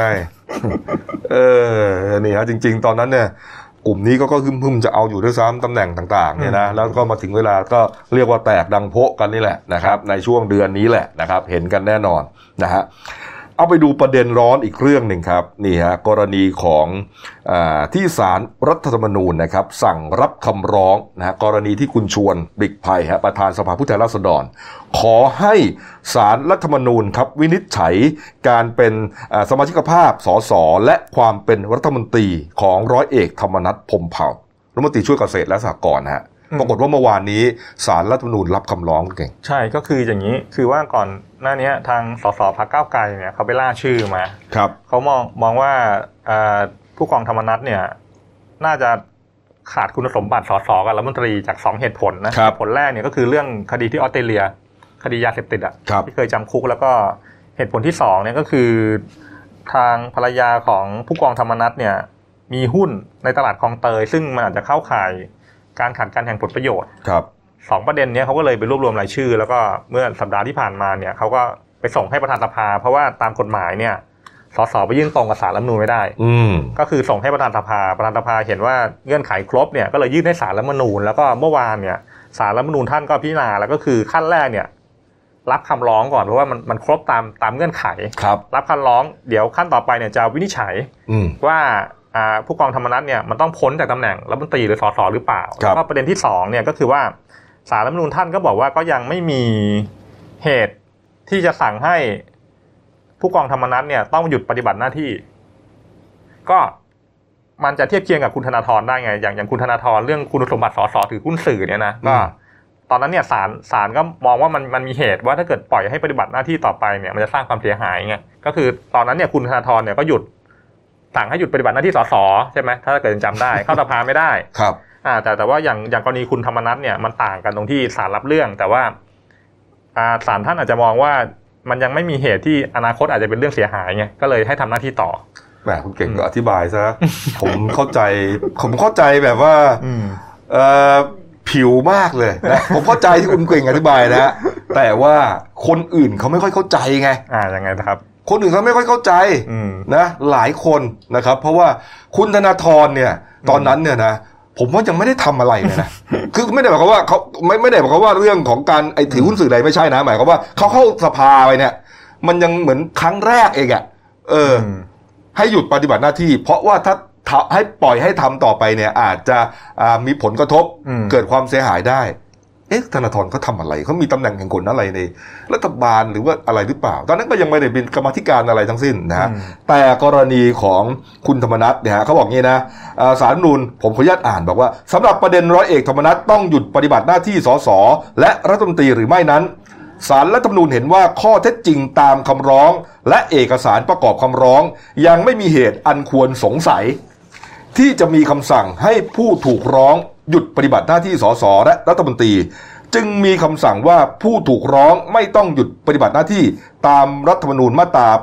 นี่ฮะจริงๆตอนนั้นเนี่ยกลุ่มนี้ก็พึ่มจะเอาอยู่ด้วยซ้ำตำแหน่งต่างๆเนี่ยนะแล้วก็มาถึงเวลาก็เรียกว่าแตกดังโพะกันนี่แหละนะครับในช่วงเดือนนี้แหละนะครับเห็นกันแน่นอนนะฮะเอาไปดูประเด็นร้อนอีกเรื่องหนึ่งครับนี่ฮะกรณีของที่ศาลรัฐธรรมนูญนะครับสั่งรับคำร้องนะฮะกรณีที่คุณชวนบริกไพฮะประธานสภาผู้แทนราษฎรขอให้ศาลรัฐธรรมนูญครับวินิจฉัยการเป็นสมาชิกภาพสสและความเป็นรัฐมนตรีของร้อยเอกธรรมนัสพรหมเผ่ารัฐมนตรีช่วยเกษตรและสหกรณ์ฮะปรากฏว่าเมื่อวานนี้ศาลรัฐธรรมนูญรับคำร้องเก่งใช่ก็คืออย่างนี้คือว่าก่อนหน้านี้ทางสสพรรคก้าวไกลเนี่ยเขาไปล่าชื่อมาครับเขามองว่าผู้กองธรรมนัสเนี่ยน่าจะขาดคุณสมบัติสสกับรัฐมนตรีจาก2เหตุผลนะผลแรกเนี่ยก็คือเรื่องคดีที่ออสเตรเลียคดียาเสพติดที่เคยจำคุกแล้วก็เหตุผลที่2เนี่ยก็คือทางภรรยาของผู้กองธรรมนัสเนี่ยมีหุ้นในตลาดคลองเตยซึ่งมันอาจจะเข้าข่ายการขัดกันแห่งผลประโยชน์ครับ 2ประเด็นนี้เขาก็เลยไปรวบรวมรายชื่อแล้วก็เมื่อสัปดาห์ที่ผ่านมาเนี่ยเขาก็ไปส่งให้ประธานสภาเพราะว่าตามกฎหมายเนี่ยสสไปยื่นตรงกับศาลรัฐธรรมนูญไม่ได้ก็คือส่งให้ประธานสภาเห็นว่าเงื่อนไขครบเนี่ยก็เลยยื่นให้ศาลรัฐธรรมนูญแล้วก็เมื่อวานเนี่ยศาลรัฐธรรมนูญท่านก็พิจารณาแล้วก็คือขั้นแรกเนี่ยรับคำร้องก่อนเพราะว่ามันครบตามเงื่อนไขรับคำร้องเดี๋ยวขั้นต่อไปเนี่ยจะวินิจฉัยว่าผู้กองธรรมนัสเนี่ยมันต้องพ้นจากตำแหน่งรัฐมนตรีหรือสสหรือเปล่าแล้วก็ประเด็นที่2เนี่ยก็คือว่าศาลรัฐธรรมนูญท่านก็บอกว่าก็ยังไม่มีเหตุที่จะสั่งให้ผู้กองธรรมนัสเนี่ยต้องหยุดปฏิบัติหน้าที่ก็มันจะเทียบเคียงกับคุณธนาธรได้ไงอย่างคุณธนาธรเรื่องคุณสมบัติสสถือหุ้นสื่อเนี่ยนะก็ตอนนั้นเนี่ยศาลก็มองว่ามันมีเหตุว่าถ้าเกิดปล่อยให้ปฏิบัติหน้าที่ต่อไปเนี่ยมันจะสร้างความเสียหายไงก็คือตอนนั้นเนี่ยคุณธนาธรเนี่ยก็หยุดสั่งให้หยุดปฏิบัติหน้าที่สสใช่ไหมถ้าเกิดจำได้เข้าสภาไม่ได้ครับแต่ว่าอย่างกรณีคุณธรรมนัสเนี่ยมันต่างกันตรงที่ศาลรับเรื่องแต่ว่าศาลท่านอาจจะมองว่ามันยังไม่มีเหตุที่อนาคตอาจจะเป็นเรื่องเสียหายไงก็เลยให้ทำหน้าที่ต่อแหมคุณเก่งก็อธิบายซะ ผมเข้าใจแบบว่าผิวมากเลยนะผมเข้าใจที่คุณเก่งอธิบายนะแต่ว่าคนอื่นเขาไม่ค่อยเข้าใจไงยังไงนะครับคนอื่นเขาไม่ค่อยเข้าใจนะหลายคนนะครับเพราะว่าคุณธนาธรเนี่ยตอนนั้นเนี่ยนะผมว่ายังไม่ได้ทำอะไรเลยนะคือไม่ได้หมายความว่าเขาไม่ได้หมายความว่าเรื่องของการถือหุ้นสื่อใดไม่ใช่นะหมายความว่าเขาเข้าสภาไปเนี่ยมันยังเหมือนครั้งแรกเองให้หยุดปฏิบัติหน้าที่เพราะว่าถ้าให้ปล่อยให้ทำต่อไปเนี่ยอาจจะมีผลกระทบเกิดความเสียหายได้ธนาธรเขาทำอะไรเขามีตำแหน่งแห่งผลอะไรในรัฐบาลหรือว่าอะไรหรือเปล่าตอนนั้นก็ยังไม่ได้เป็นกรรมาธิการอะไรทั้งสิ้นนะฮะแต่กรณีของคุณธรรมนัสเนี่ยเขาบอกงี้นะศาลรัฐธรรมนูญผมขออนุญาตอ่านบอกว่าสำหรับประเด็นร้อยเอกธรรมนัสต้องหยุดปฏิบัติหน้าที่สสและรัฐมนตรีหรือไม่นั้นศาลรัฐธรรมนูญเห็นว่าข้อเท็จจริงตามคำร้องและเอกสารประกอบคำร้องยังไม่มีเหตุอันควรสงสัยที่จะมีคำสั่งให้ผู้ถูกร้องหยุดปฏิบัติหน้าที่สสและรัฐมนตรีจึงมีคำสั่งว่าผู้ถูกร้องไม่ต้องหยุดปฏิบัติหน้าที่ตามรัฐธรรมนูญมาตรา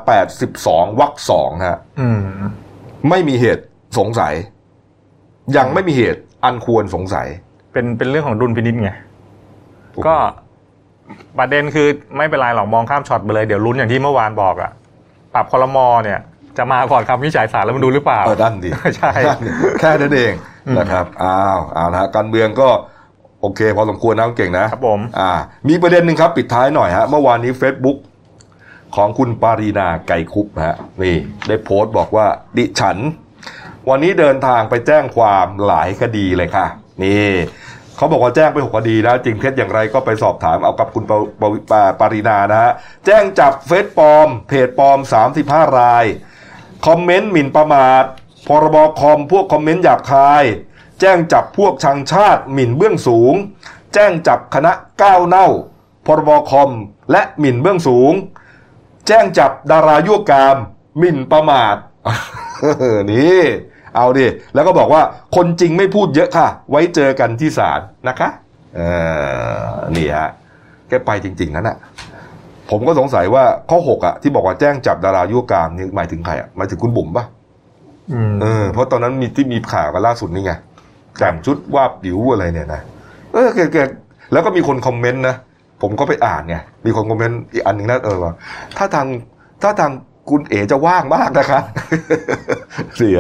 82วรรค2ฮะไม่มีเหตุสงสัยยังไม่มีเหตุอันควรสงสัยเป็นเรื่องของดุลพินิจไงก็ประเด็นคือไม่เป็นไรหรอกมองข้ามช็อตไปเลยเดี๋ยวลุ้นอย่างที่เมื่อวานบอกอะปรับครม.เนี่ยจะมาก่อนคำวินิจฉัยศาลแล้วมันดูหรือเปล่าด้านดีใช่แค่นั้นเองนะครับเอานะการเมืองก็โอเคพอสมควรนะเก่งนะครับผมมีประเด็นหนึ่งครับปิดท้ายหน่อยฮะเมื่อวานนี้ Facebook ของคุณปารีนาไกรคุปฮะนี่ได้โพสต์บอกว่าดิฉันวันนี้เดินทางไปแจ้งความหลายคดีเลยค่ะนี่เขาบอกว่าแจ้งไป6คดีนะจริงเท็จอย่างไรก็ไปสอบถามเอากับคุณปารีนานะฮะแจ้งจับเฟซปลอมเพจปลอม35รายคอมเมนต์หมิ่นประมาทพรบคอมพวกคอมเมนต์หยาบคายแจ้งจับพวกชังชาติหมิ่นเบื้องสูงแจ้งจับคณะก้าวเน่าพรบคอมและหมิ่นเบื้องสูงแจ้งจับดารายั่วกามหมิ่นประมาท นี่เอาดิแล้วก็บอกว่าคนจริงไม่พูดเยอะค่ะไว้เจอกันที่ศาลนะคะนี่ฮะแกไปจริงๆนั่นน่ะผมก็สงสัยว่าข้อ6ที่บอกว่าแจ้งจับดารายุวกามนี่หมายถึงใครหมายถึงคุณบุ๋มป่ะเพราะตอนนั้นมีข่าวกันล่าสุดนี่ไงแต่งชุดวาบดิวอะไรเนี่ยนะแกแล้วก็มีคนคอมเมนต์นะผมก็ไปอ่านไงมีคนคอมเมนต์อีกอันหนึ่งนะว่าถ้าทางคุณเอ๋จะว่างมากนะคะเสีย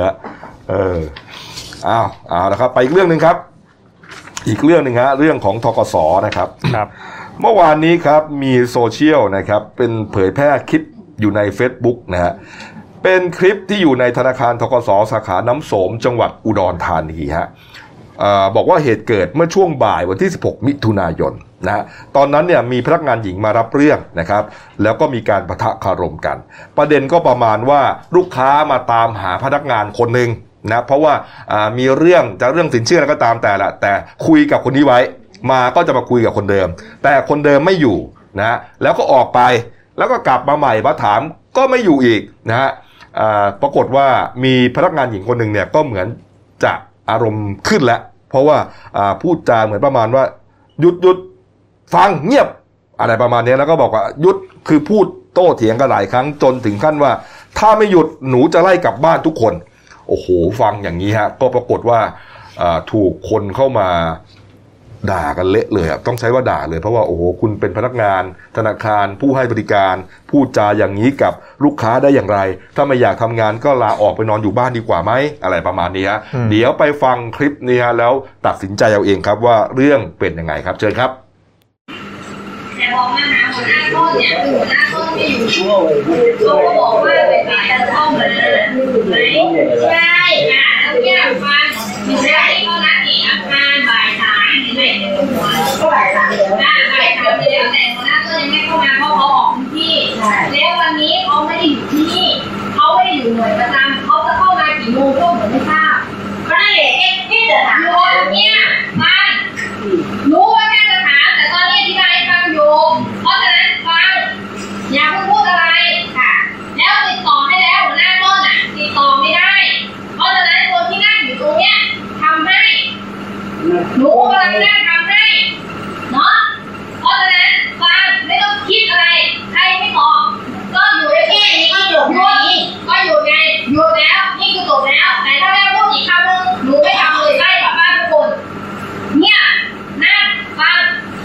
เอาละครับไปอีกเรื่องนึงครับอีกเรื่องนึงฮะเรื่องของธกสนะครับเมื่อวานนี้ครับมีโซเชียลนะครับเป็นเผยแพร่คลิปอยู่ใน Facebook นะฮะเป็นคลิปที่อยู่ในธนาคารธกสสาขาน้ำโสมจังหวัดอุดรธานีฮะบอกว่าเหตุเกิดเมื่อช่วงบ่ายวันที่16มิถุนายนนะฮะตอนนั้นเนี่ยมีพนักงานหญิงมารับเรื่องนะครับแล้วก็มีการปะทะคารมกันประเด็นก็ประมาณว่าลูกค้ามาตามหาพนักงานคนหนึ่งนะเพราะว่ามีเรื่องสินเชื่ออะไรก็ตามแต่คุยกับคนนี้ไว้มาก็จะมาคุยกับคนเดิมแต่คนเดิมไม่อยู่นะแล้วก็ออกไปแล้วก็กลับมาใหม่มาถามก็ไม่อยู่อีกนะฮะปรากฏว่ามีพนักงานหญิงคนหนึ่งเนี่ยก็เหมือนจะอารมณ์ขึ้นแล้วเพราะว่าพูดจาเหมือนประมาณว่าหยุดฟังเงียบอะไรประมาณนี้แล้วก็บอกว่าหยุดคือพูดโต้เถียงกันหลายครั้งจนถึงขั้นว่าถ้าไม่หยุดหนูจะไล่กลับบ้านทุกคนโอ้โหฟังอย่างนี้ฮะก็ปรากฏว่าถูกคนเข้ามาด่ากันเละเลยต้องใช้ว่าด่าเลยเพราะว่าโอ้โหคุณเป็นพนักงานธนาคารผู้ให้บริการพูดจาอย่างนี้กับลูกค้าได้อย่างไรถ้าไม่อยากทำงานก็ลาออกไปนอนอยู่บ้านดีกว่าไหมอะไรประมาณนี้ฮะเดี๋ยวไปฟังคลิปนี้ฮะแล้วตัดสินใจเอาเองครับว่าเรื่องเป็นยังไงครับเชิญครับแต่บอกมาหาหัวหน้าต้นเนี่ยหัวหน้าต้นไม่อยู่เขาก็บอกว่าเป็นการเข้ามาไหมใช่แล้วเนี่ยฟังไม่ใช่ก็นัดอีกอาคารบ่ายสามเห็นไหมก็บ่ายสามบ่ายสามไปแล้วแต่หัวหน้าต้นยังไม่เข้ามาเพราะเขาออกพื้นที่แล้ววันนี้เขาไม่ได้อยู่ที่นี่เขาไม่ได้อยู่หน่วยประจำเขาจะเข้ามากี่โมงก็ผมไม่ทราบก็ได้ที่จะถามเนี่ยมันรู้ว่าแค่จะถามแต่ตอนนี้อธิบายฟังอยู่เพราะฉะนั้นฟังอย่าเพิ่งพูดอะไรค่ะแล้วติดต่อให้แล้วหัวหน้าต้นติดต่อไม่ได้เพราะฉะนั้นคนที่นั่งอยู่ตรงเนี้ยทำให้หนูกำลังนั่งทำให้เนาะเพราะฉะนั้นฟังไม่ต้องคิดอะไรใครไม่ตอบก็อยู่ได้แค่นี้ก็หยุดก็หยุดไงหยุดแล้วนี่คือจบแล้วแต่ถ้าแม่พูดอีกคำนึงหนูไม่ทำเลยไล่กลับบ้านทุกคนเนี่ยนั่งฟัง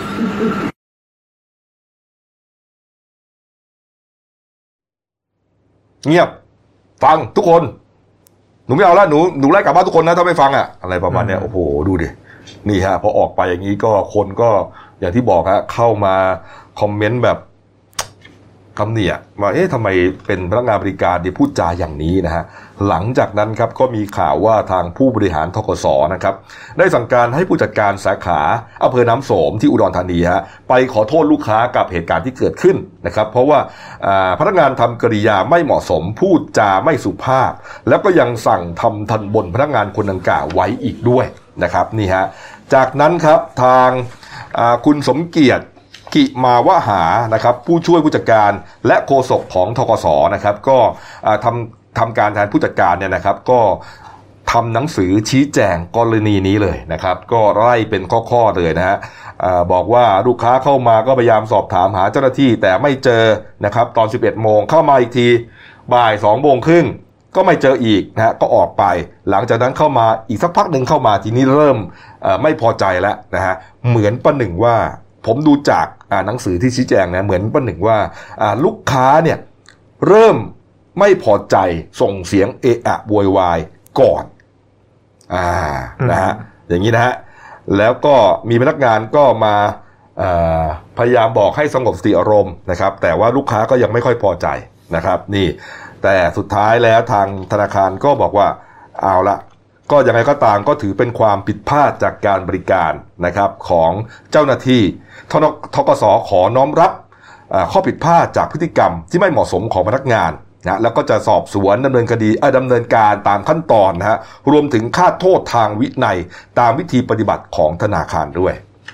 เงียบฟังทุกคนหนูไม่เอาละหนูไล่กลับบ้านทุกคนนะถ้าไม่ฟังอะไรประมาณนี้โอ้โหดูดินี่ฮะพอออกไปอย่างนี้ก็คนก็อย่างที่บอกฮะเข้ามาคอมเมนต์แบบคำเนี่ยว่าทำไมเป็นพนักงานบริการที่พูดจาอย่างนี้นะฮะหลังจากนั้นครับก็มีข่าวว่าทางผู้บริหารธกสนะครับได้สั่งการให้ผู้จัดการสาขาอำเภอน้ำโสมที่อุดรธานีฮะไปขอโทษลูกค้ากับเหตุการณ์ที่เกิดขึ้นนะครับเพราะว่าพนักงานทำกริยาไม่เหมาะสมพูดจาไม่สุภาพแล้วก็ยังสั่งทำทันบนพนักงานคนดังกล่าวไว้อีกด้วยนะครับนี่ฮะจากนั้นครับทางคุณสมเกียรติกิมาวหานะครับผู้ช่วยผู้จัดการและโฆษกของธกสนะครับก็ทำการแทนผู้จัดการเนี่ยนะครับก็ทำหนังสือชี้แจงกรณีนี้เลยนะครับก็ไล่เป็นข้อๆเลยนะฮะบอกว่าลูกค้าเข้ามาก็พยายามสอบถามหาเจ้าหน้าที่แต่ไม่เจอนะครับตอน 11 โมงเข้ามาอีกทีบ่าย 2 โมงครึ่งก็ไม่เจออีกนะฮะก็ออกไปหลังจากนั้นเข้ามาอีกสักพักหนึ่งเข้ามาทีนี้เริ่มไม่พอใจแล้วนะฮะเหมือนประหนึ่งว่าผมดูจากหนังสือที่ชี้แจงนะเหมือนประหนึ่งว่าลูกค้าเนี่ยเริ่มไม่พอใจส่งเสียงเอะอะโวยวายก่อนนะฮะอย่างนี้นะฮะแล้วก็มีพนักงานก็มาพยายามบอกให้สงบสติอารมณ์นะครับแต่ว่าลูกค้าก็ยังไม่ค่อยพอใจนะครับนี่แต่สุดท้ายแล้วทางธนาคารก็บอกว่าเอาละก็ยังไงก็ตามก็ถือเป็นความผิดพลาดจากการบริการนะครับของเจ้าหน้าที่ธกสขอน้อมรับข้อผิดพลาดจากพฤติกรรมที่ไม่เหมาะสมของพนักงานนะแล้วก็จะสอบสวนดำเนินการตามขั้นตอนนะฮะรวมถึงค่าโทษทางวินัยตามวิธีปฏิบัติของธนาคารด้วย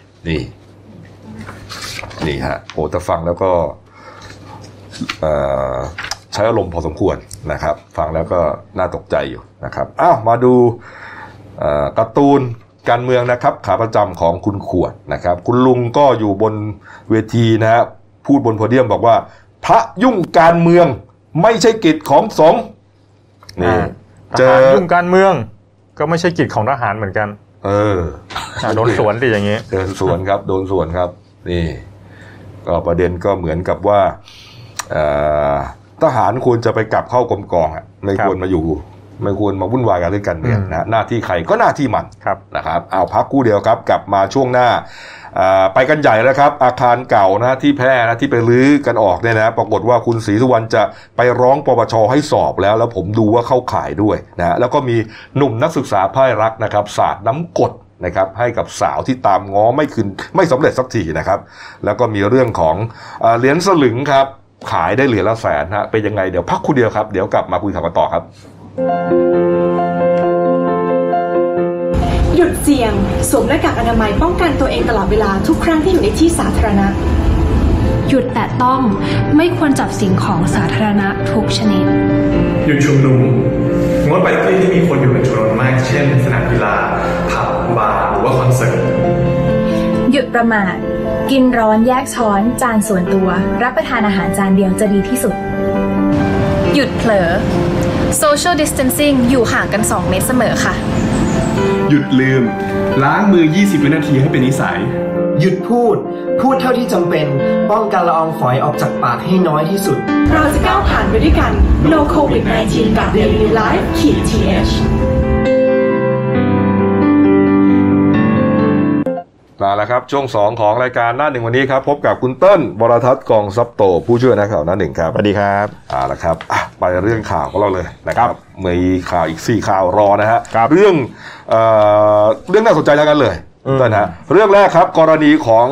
นี่ฮะโอ้แต่ฟังแล้วก็ใช้อารมณ์พอสมควรนะครับฟังแล้วก็น่าตกใจอยู่นะครับมาดูการ์ตูนการเมืองนะครับขาประจำของคุณขวดนะครับคุณลุงก็อยู่บนเวทีนะฮะพูดบนโพเดียมบอกว่าพระยุ่งการเมืองไม่ใช่กิจของสงฆ์นี่ทหารยุ่งการเมืองก็ไม่ใช่กิจของทหารเหมือนกันโดนสวนดิอย่างนี้โดนสวนครับโดนสวนครับนี่ก็ประเด็นก็เหมือนกับว่าทหารควรจะไปกลับเข้ากรมกองไม่ควรมาอยู่ไม่ควรมาวุ่นวายกันเรื่องการเมืองนะหน้าที่ใครก็หน้าที่มันนะครับเอาพักกู้เดียวครับกลับมาช่วงหน้าไปกันใหญ่แล้วครับอาคารเก่านะที่แพร่นะที่ไปรื้อกันออกเนี่ยนะปรากฏว่าคุณศรีสุวรรณจะไปร้องปปช.ให้สอบแล้วผมดูว่าเข้าข่ายด้วยนะแล้วก็มีหนุ่มนักศึกษาพ่ายรักนะครับสาดน้ำกรดนะครับให้กับสาวที่ตามง้อไม่สำเร็จสักทีนะครับแล้วก็มีเรื่องของเหรียญสลึงครับขายได้เหรียญละแสนเป็นยังไงเดี๋ยวพักคู่เดียวครับเดี๋ยวกลับมาคุยกันต่อครับหยุดเสี่ยงสวมหน้ากากอนามัยป้องกันตัวเองตลอดเวลาทุกครั้งที่อยู่ในที่สาธารณะหยุดแตะต้องไม่ควรจับสิ่งของสาธารณะทุกชนิดหยุดชุมนุมงดไปที่มีคนอยู่เป็นจำนวนมากเช่นสนามกีฬาผับบาร์หรือว่าคอนเสิร์ตหยุดประมาทกินร้อนแยกช้อนจานส่วนตัวรับประทานอาหารจานเดียวจะดีที่สุดหยุดเผลอ Social Distancing อยู่ห่างกัน2 เมตรเสมอค่ะหยุดลืมล้างมือ20 วินาทีให้เป็นนิสัยหยุดพูดเท่าที่จำเป็นป้องกันละอองฝอยออกจากปากให้น้อยที่สุดเราจะก้าวผ่านไปด้วยกัน No COVID-19 กับ Daily Life th มาแล้วครับช่วง2ของรายการหน้าหนึ่งวันนี้ครับพบกับคุณเติ้ลวรทัศน์กองทรัพย์โตผู้ช่วยนักข่าวหน้าหนึ่งครับสวัสดีครับแล้วครับไปเรื่องข่าวของเราเลยนะครับมีข่าวอีก4ข่าวรอนะฮะเรื่องน่าสนใจทั้งนั้นเลยนะฮะเรื่องแรกครับกรณีของ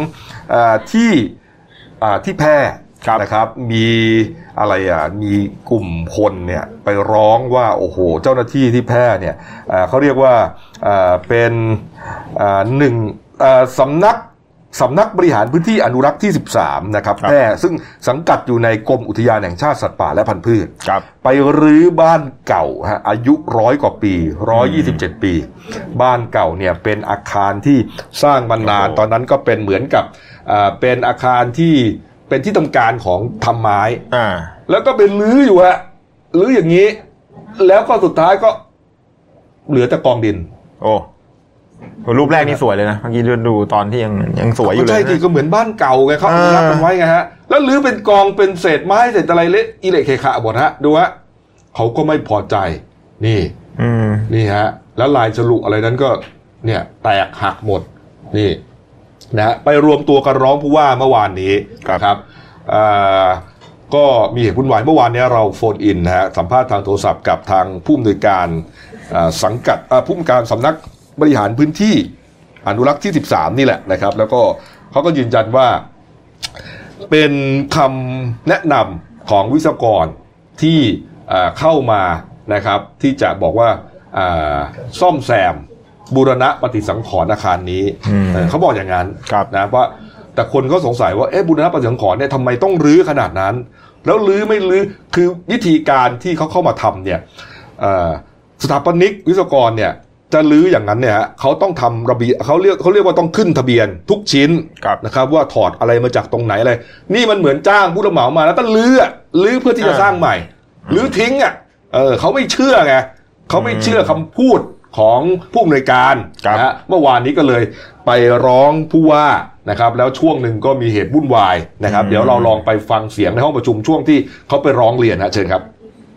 ที่แพร่นะครับมีอะไรมีกลุ่มคนเนี่ยไปร้องว่าโอ้โหเจ้าหน้าที่ที่แพร่เนี่ยเขาเรียกว่าเป็นหนึ่งสำนักบริหารพื้นที่อนุรักษ์ที่13นะครับแพร่ซึ่งสังกัดอยู่ในกรมอุทยานแห่งชาติสัตว์ป่าและพันธุ์พืชไปรื้อบ้านเก่าอายุ100 กว่าปี127 ปีบ้านเก่าเนี่ยเป็นอาคารที่สร้างมานานตอนนั้นก็เป็นเหมือนกับเป็นอาคารที่เป็นที่ทำการของทำไม้แล้วก็เป็นรื้ออยู่รื้ออย่างนี้แล้วก็สุดท้ายก็เหลือแต่กองดินโอ้รูปแรกนี่สวยเลยนะเมื่อกี้ดูตอนที่ยังสวยอยู่เลยใช่ที่ก็เหมือนบ้านเก่าไงเขาอนุรักษ์มันไว้ไงฮะแล้วรื้อเป็นกองเป็นเศษไม้เศษอะไรเละอิเละเคขะหมดฮะดูฮะเขาก็ไม่พอใจนี่ฮะแล้วลายฉลุอะไรนั้นก็เนี่ยแตกหักหมดนี่นะไปรวมตัวกันร้องผู้ว่าเมื่อวานนี้ครับก็มีเหตุวุ่นวายเมื่อวานนี้เราโฟนอินนะฮะสัมภาษณ์ทางโทรศัพท์กับทางผู้อำนวยการสังกัดผู้อำนวยการสำนักบริหารพื้นที่อนุรักษ์ที่13นี่แหละนะครับแล้วก็เขาก็ยืนยันว่าเป็นคำแนะนำของวิศวกรที่เข้ามานะครับที่จะบอกว่าซ่อมแซมบูรณะปฏิสังขรณ์อาคารนี้เขาบอกอย่างนั้นนะว่าแต่คนก็สงสัยว่าบูรณะปฏิสังขรณ์เนี่ยทำไมต้องรื้อขนาดนั้นแล้วรื้อไม่รื้อคือวิธีการที่เขาเข้ามาทำเนี่ยสถาปนิกวิศวกรเนี่ยจะรื้ออย่างนั้นเนี่ยเขาต้องทำระเบียบเขาเรียกว่าต้องขึ้นทะเบียนทุกชิ้นนะครับว่าถอดอะไรมาจากตรงไหนอะไรนี่มันเหมือนจ้างผู้รับเหมามาแล้วต้องรื้อเพื่อที่จะสร้างใหม่รื้อทิ้งเขาไม่เชื่อไงเขาไม่เชื่อคำพูดของผู้อำนวยการนะฮะเมื่อวานนี้ก็เลยไปร้องผู้ว่านะครับแล้วช่วงหนึ่งก็มีเหตุวุ่นวายนะครับเดี๋ยวเราลองไปฟังเสียงในห้องประชุมช่วงที่เขาไปร้องเรียนนะเชิญครับ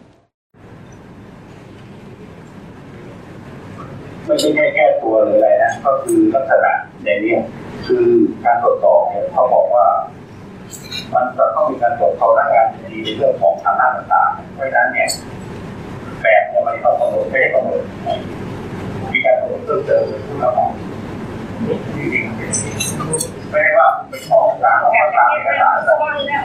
ไม่ใช่แค่ตัวหรืออะไรนะก็คือลักษณะในนี้คือการตรวจสอบเนี่ยเขาบอกว่ามันจะต้องมีการตรวจสอบหน้างานดีในเรื่องของฐานะต่างๆเพราะฉะนั้นเนี่ยแบบเนี่ยมันต้องกำหนดไม่ได้กำหนดมีการกำหนดเพิ่มเติมผู้รับเหมาไม่ได้ว่าเป็นของกลางเอกสารไม่เป็นไรครับขออนุญาต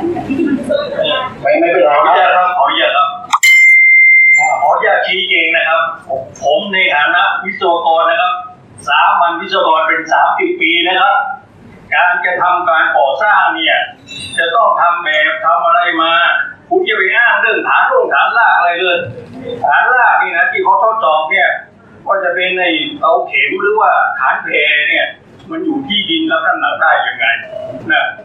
ครับขออนุญาตครับขออนุญาตชี้แจงนะครับผมในฐานะวิศวกรนะครับสามัญวิศวกรเป็น30 ปีนะครับการจะทำการก่อสร้างเนี่ยจะต้องทำแบบทำอะไรมาคุณจะไปอ้างเรื่องฐานรากอะไรเลยฐานรากนี่นะที่เขาทดสอบเนี่ยก็จะเป็นในเตาเข็มหรือว่าฐานเพเนี่ยมันอยู่ที่ดินรับน้ำหนักได้ยังไงนะ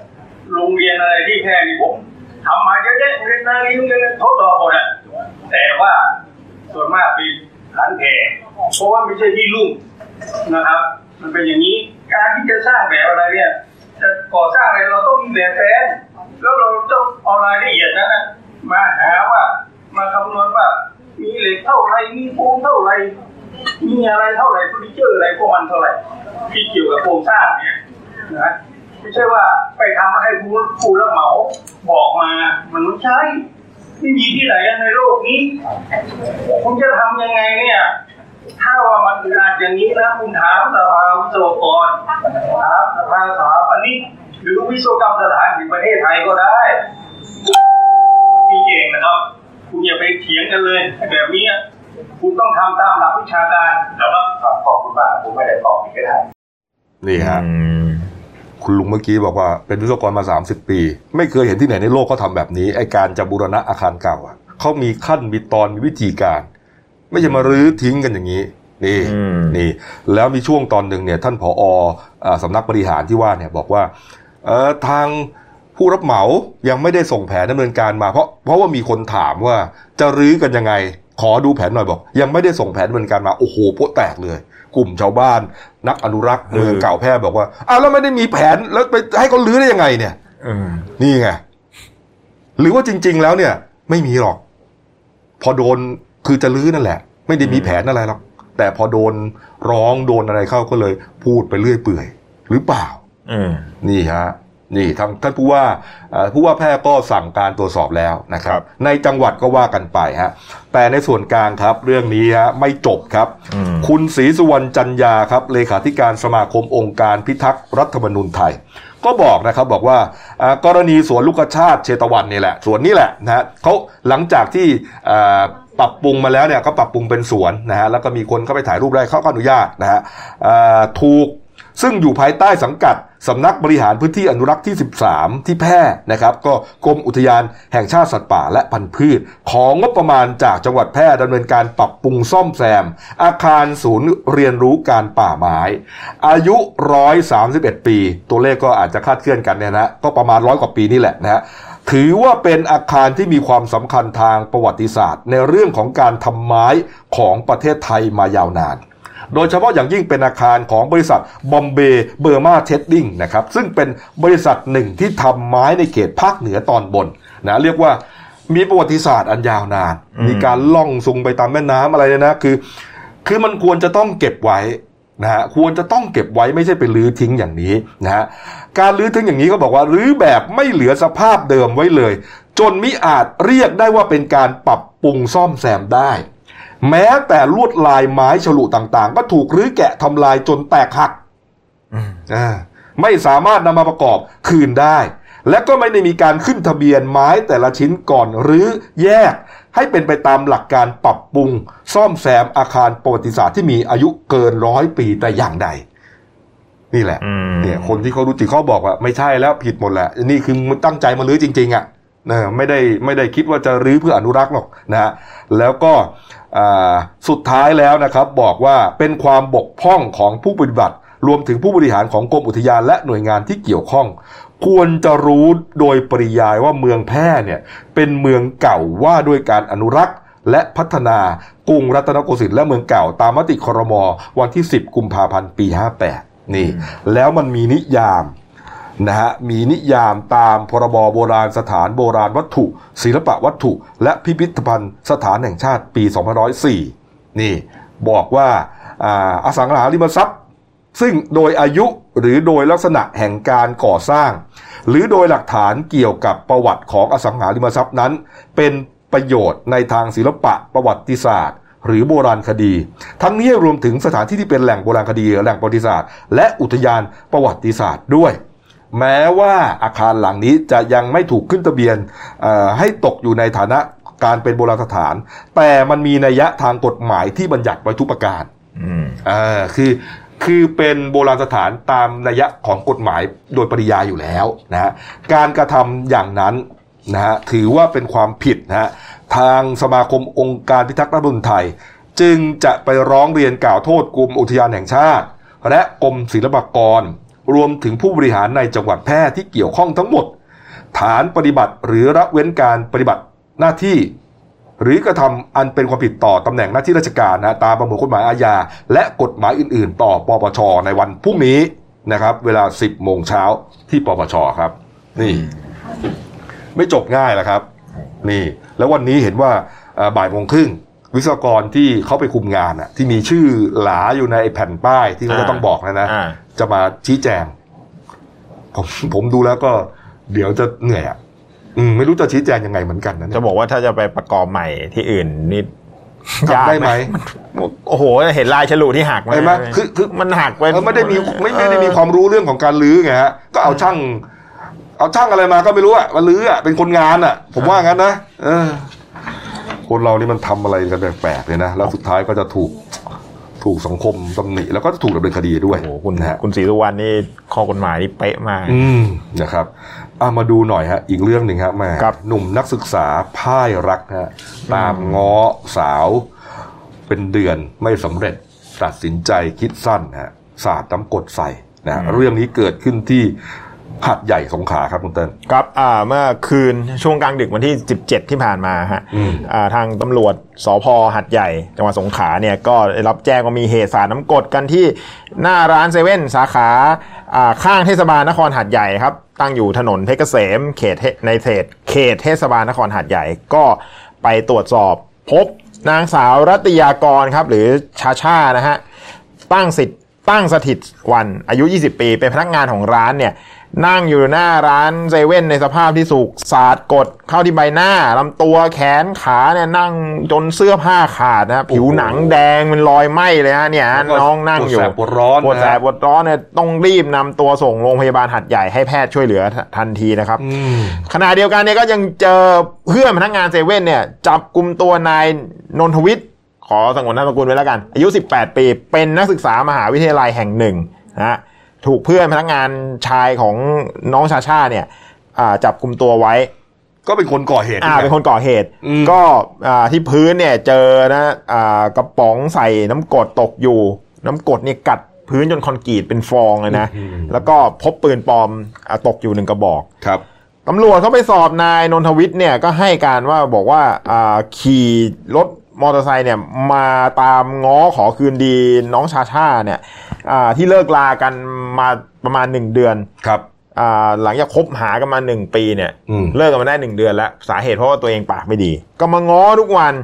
โรงเรียนอะไรที่แพร่นี่ผมทำมาเยอะแยะเรียนนาลีเรียนทดสอบหมดอ่ะแต่ว่าส่วนมากเป็นฐานแผ่เพราะว่าไม่ใช่ที่ลุ่มนะครับมันเป็นอย่างนี้การที่จะสร้างแบบอะไรเนี่ยจะก่อสร้างอะไรเราต้องมีแบบแผนแล้วเราต้องเอารายละเอียดนั้นมาหาว่ามาคำนวณว่ามีเหล็กเท่าไรมีปูนเท่าไรมีอะไรเท่าไรเฟอร์นิเจอร์อะไรพวกมันเท่าไรที่เกี่ยวกับโครงสร้างเนี่ยนะไม่ใช่ว่าไปทำให้ผู้รับเหมาบอกมามันไม่ใช่ไม่มีที่ไหนในโลกนี้คุณจะทำยังไงเนี่ยถ้าว่ามันอาจอย่างนี้นะคุณถามสภาวิศวกรถามสภาสถาปนิกหรือวิศวกรรมสถานในประเทศไทยก็ได้ที่เก่งนะครับคุณอย่าไปเถียงกันเลยแบบนี้คุณต้องทำตามหลักวิชาการนะครับขอบคุณมากผมไม่ได้ตอบอีกก็ได้นี่ฮะคุณลุงเมื่อกี้บอกว่าเป็นวิศวกรมา30 ปีไม่เคยเห็นที่ไหนในโลกเขาทำแบบนี้ไอ้การจะบูรณะอาคารเก่าเขามีขั้นมีตอนมีวิธีการไม่ใช่มารื้อทิ้งกันอย่างนี้นี่แล้วมีช่วงตอนหนึ่งเนี่ยท่านผอ.สำนักบริหารที่ว่าเนี่ยบอกว่าทางผู้รับเหมายังไม่ได้ส่งแผนดำเนินการมาเพราะว่ามีคนถามว่าจะรื้อกันยังไงขอดูแผนหน่อยบอกยังไม่ได้ส่งแผนดำเนินการมาโอ้โหโป๊ะแตกเลยกลุ่มชาวบ้านนักอนุรักษ์เมืองเก่าแพร่บอกว่าแล้วไม่ได้มีแผนแล้วไปให้เขารื้อได้ยังไงเนี่ยนี่ไงหรือว่าจริงๆแล้วเนี่ยไม่มีหรอกพอโดนคือจะรื้อนั่นแหละไม่ได้มีแผนอะไรหรอกแต่พอโดนร้องโดนอะไรเข้าก็เลยพูดไปเรื่อยเปื่อยหรือเปล่านี่ฮะนี่ท่านผู้ว่าแพร่ก็สั่งการตรวจสอบแล้วนะครับในจังหวัดก็ว่ากันไปฮะแต่ในส่วนกลางครับเรื่องนี้ฮะไม่จบครับคุณศรีสุวรรณจันยาครับเลขาธิการสมาคมองค์การพิทักษ์รัฐธรรมนูญไทยก็บอกนะครับบอกว่ากรณีสวนลูกชาติเชตวันนี่แหละสวนนี้แหละนะฮะเขาหลังจากที่ปรับปรุงมาแล้วเนี่ยก็ปรับปรุงเป็นสวนนะฮะแล้วก็มีคนเข้าไปถ่ายรูปได้เขาก็อนุญาตนะฮะถูกซึ่งอยู่ภายใต้สังกัดสำนักบริหารพื้นที่อนุรักษ์ที่13ที่แพร่นะครับก็กรมอุทยานแห่งชาติสัตว์ป่าและพันธุ์พืชของงบประมาณจากจังหวัดแพร่ดำเนินการปรับปรุงซ่อมแซมอาคารศูนย์เรียนรู้การป่าไม้อายุ131ปีตัวเลขก็อาจจะคลาดเคลื่อนกันเนี่ยนะก็ประมาณ100 กว่าปีนี่แหละนะฮะถือว่าเป็นอาคารที่มีความสำคัญทางประวัติศาสตร์ในเรื่องของการทำไม้ของประเทศไทยมายาวนานโดยเฉพาะอย่างยิ่งเป็นอาคารของบริษัทบอมเบย์เบอร์มาเทดดิ้งนะครับซึ่งเป็นบริษัทหนึ่งที่ทำไม้ในเขตภาคเหนือตอนบนนะเรียกว่ามีประวัติศาสตร์อันยาวนานมีการล่องซุงไปตามแม่น้ำอะไรเนี่ยนะคือมันควรจะต้องเก็บไว้นะฮะควรจะต้องเก็บไว้ไม่ใช่ไปรื้อทิ้งอย่างนี้นะฮะการรื้อทิ้งอย่างนี้ก็บอกว่ารื้อแบบไม่เหลือสภาพเดิมไว้เลยจนมิอาจเรียกได้ว่าเป็นการปรับปรุงซ่อมแซมได้แม้แต่ลวดลายไม้ฉลุต่างๆก็ถูกรื้อแกะทำลายจนแตกหักไม่สามารถนำมาประกอบคืนได้และก็ไม่ได้มีการขึ้นทะเบียนไม้แต่ละชิ้นก่อนรื้อแยกให้เป็นไปตามหลักการปรับปรุงซ่อมแซมอาคารประวัติศาสตร์ที่มีอายุเกิน100 ปีแต่อย่างใดนี่แหละเนี่ยคนที่เขารู้จริงเขาบอกว่าไม่ใช่แล้วผิดหมดแหละนี่คือตั้งใจมารื้อจริงๆอ่ะไม่ได้คิดว่าจะรื้อเพื่ออนุรักษ์หรอกนะฮะแล้วก็สุดท้ายแล้วนะครับบอกว่าเป็นความบกพร่องของผู้ปฏิบัติรวมถึงผู้บริหารของกรมอุทยานและหน่วยงานที่เกี่ยวข้องควรจะรู้โดยปริยายว่าเมืองแพร่เนี่ยเป็นเมืองเก่าว่าด้วยการอนุรักษ์และพัฒนากรุงรัตนโกสินทร์และเมืองเก่าตามมติครม.วันที่10 กุมภาพันธ์ ปี 58นี่แล้วมันมีนิยามนะฮะมีนิยามตามพรบโบราณสถานโบราณวัตถุศิลปวัตถุและพิพิธภัณฑ์สถานแห่งชาติปี 2504นี่บอกว่าอสังหาริมทรัพย์ซึ่งโดยอายุหรือโดยลักษณะแห่งการก่อสร้างหรือโดยหลักฐานเกี่ยวกับประวัติของอสังหาริมทรัพย์นั้นเป็นประโยชน์ในทางศิลปะประวัติศาสตร์หรือโบราณคดีทั้งนี้รวมถึงสถานที่ที่เป็นแหล่งโบราณคดีแหล่งประวัติศาสตร์และอุทยานประวัติศาสตร์ด้วยแม้ว่าอาคารหลังนี้จะยังไม่ถูกขึ้นทะเบียนให้ตกอยู่ในฐานะการเป็นโบราณสถานแต่มันมีนัยยะทางกฎหมายที่บัญญัติไว้ทุกประการคือเป็นโบราณสถานตามนัยยะของกฎหมายโดยปริยายอยู่แล้วนะฮะการกระทำอย่างนั้นนะฮะถือว่าเป็นความผิดนะฮะทางสมาคมองค์การพิทักษ์รัฐธรรมนูญไทยจึงจะไปร้องเรียนกล่าวโทษกรมอุทยานแห่งชาติและกรมศิลปากรรวมถึงผู้บริหารในจังหวัดแพร่ที่เกี่ยวข้องทั้งหมดฐานปฏิบัติหรือละเว้นการปฏิบัติหน้าที่หรือกระทำอันเป็นความผิดต่อตำแหน่งหน้าที่ราชการนะตามประมวลกฎหมายอาญาและกฎหมายอื่นๆต่อปปชในวันพรุ่งนี้นะครับเวลา 10 โมงเช้าที่ปปชครับนี่ไม่จบง่ายแล้วครับนี่แล้ววันนี้เห็นว่าบ่ายโมงครึ่งวิศวกรที่เขาไปคุมงานอ่ะที่มีชื่อหลาอยู่ในแผ่นป้ายที่เขาจะต้องบอกนะจะมาชี้แจงผมดูแล้วก็เดี๋ยวจะเหนื่อยอ่ะไม่รู้จะชี้แจงยังไงเหมือนกันนะจะบอกว่าถ้าจะไปประกอบใหม่ที่อื่นนี่ยากได้ไหมโอ้โหเห็นลายฉลุที่หักไหมคือมันหักไปไม่ได้มีความรู้เรื่องของการลื้อไงฮะก็เอาช่างอะไรมาก็ไม่รู้อ่ะมาลื้ออ่ะเป็นคนงานอ่ะผมว่างั้นนะคนเรานี่มันทำอะไรกันแปลกๆเลยนะแล้วสุดท้ายก็จะถูกสังคมตำหนิแล้วก็จะถูกดำเนินคดีด้วยโอ้คุณศรีสุวรรณนี่ข้อกฎหมายนี่เป๊ะมากนะครับมาดูหน่อยฮะอีกเรื่องหนึ่งครับแม่หนุ่มนักศึกษาพ่ายรักฮะตามง้อสาวเป็นเดือนไม่สำเร็จตัดสินใจคิดสั้นฮะสาดน้ำกรดใส่นะเรื่องนี้เกิดขึ้นที่หาดใหญ่สงขลาครับคุณเติ้ลครับเมื่อคืนช่วงกลางดึกวันที่17ที่ผ่านมาฮะทางตำรวจสภ.หาดใหญ่จังหวัดสงขลาเนี่ยก็ได้รับแจ้งว่ามีเหตุสาดน้ำกรดกันที่หน้าร้านเซเว่นสาขาข้างเทศบาลนครหาดใหญ่ครับตั้งอยู่ถนนเพชรเกษมเขตเทศบาลนครหาดใหญ่ก็ไปตรวจสอบพบนางสาวรัตยากรครับหรือชานะฮะตั้งสถิตวันอายุ20ปีเป็นพนักงานของร้านเนี่ยนั่งอยู่หน้าร้านเซเว่นในสภาพที่ถูกสาดกดเข้าที่ใบหน้าลำตัวแขนขาเนี่ยนั่งจนเสื้อผ้าขาดนะผิวหนังแดงเป็นรอยไหม้เลยฮะเนี่ยน้องนั่งอยู่ปวดร้อนเนี่ยต้องรีบนำตัวส่งโรงพยาบาลหาดใหญ่ให้แพทย์ช่วยเหลือทันทีนะครับขณะเดียวกันเนี่ยก็ยังเจอเพื่อนพนักงานเซเว่นเนี่ยจับกุมตัวนายนนทวิทย์ขอสงวนนามสกุลไว้แล้วกันอายุ18ปีเป็นนักศึกษามหาวิทยาลัยแห่งหนึ่งนะถูกเพื่อนพนักงานชายของน้องชาเนี่ยจับกุมตัวไว้ก็เป็นคนก่อเหตุเป็นคนก่อเหตุก็ที่พื้นเนี่ยเจอนะกระป๋องใส่น้ำกรดตกอยู่น้ำกรดนี่กัดพื้นจนคอนกรีตเป็นฟองเลยนะแล้วก็พบปืนปลอมตกอยู่1กระบอกครับตำรวจเขาไปสอบนายนนทวิทย์เนี่ยก็ให้การว่าบอกว่าขี่รถมอเตอร์ไซค์เนี่ยมาตามง้อขอคืนดีน้องชาเนี่ยที่เลิกลากันมาประมาณ1เดือนครับหลังจากคบหากันมา1ปีเนี่ยเลิกกันมาได้1เดือนแล้วสาเหตุเพราะว่าตัวเองปากไม่ดีก็มาง้อทุกวัน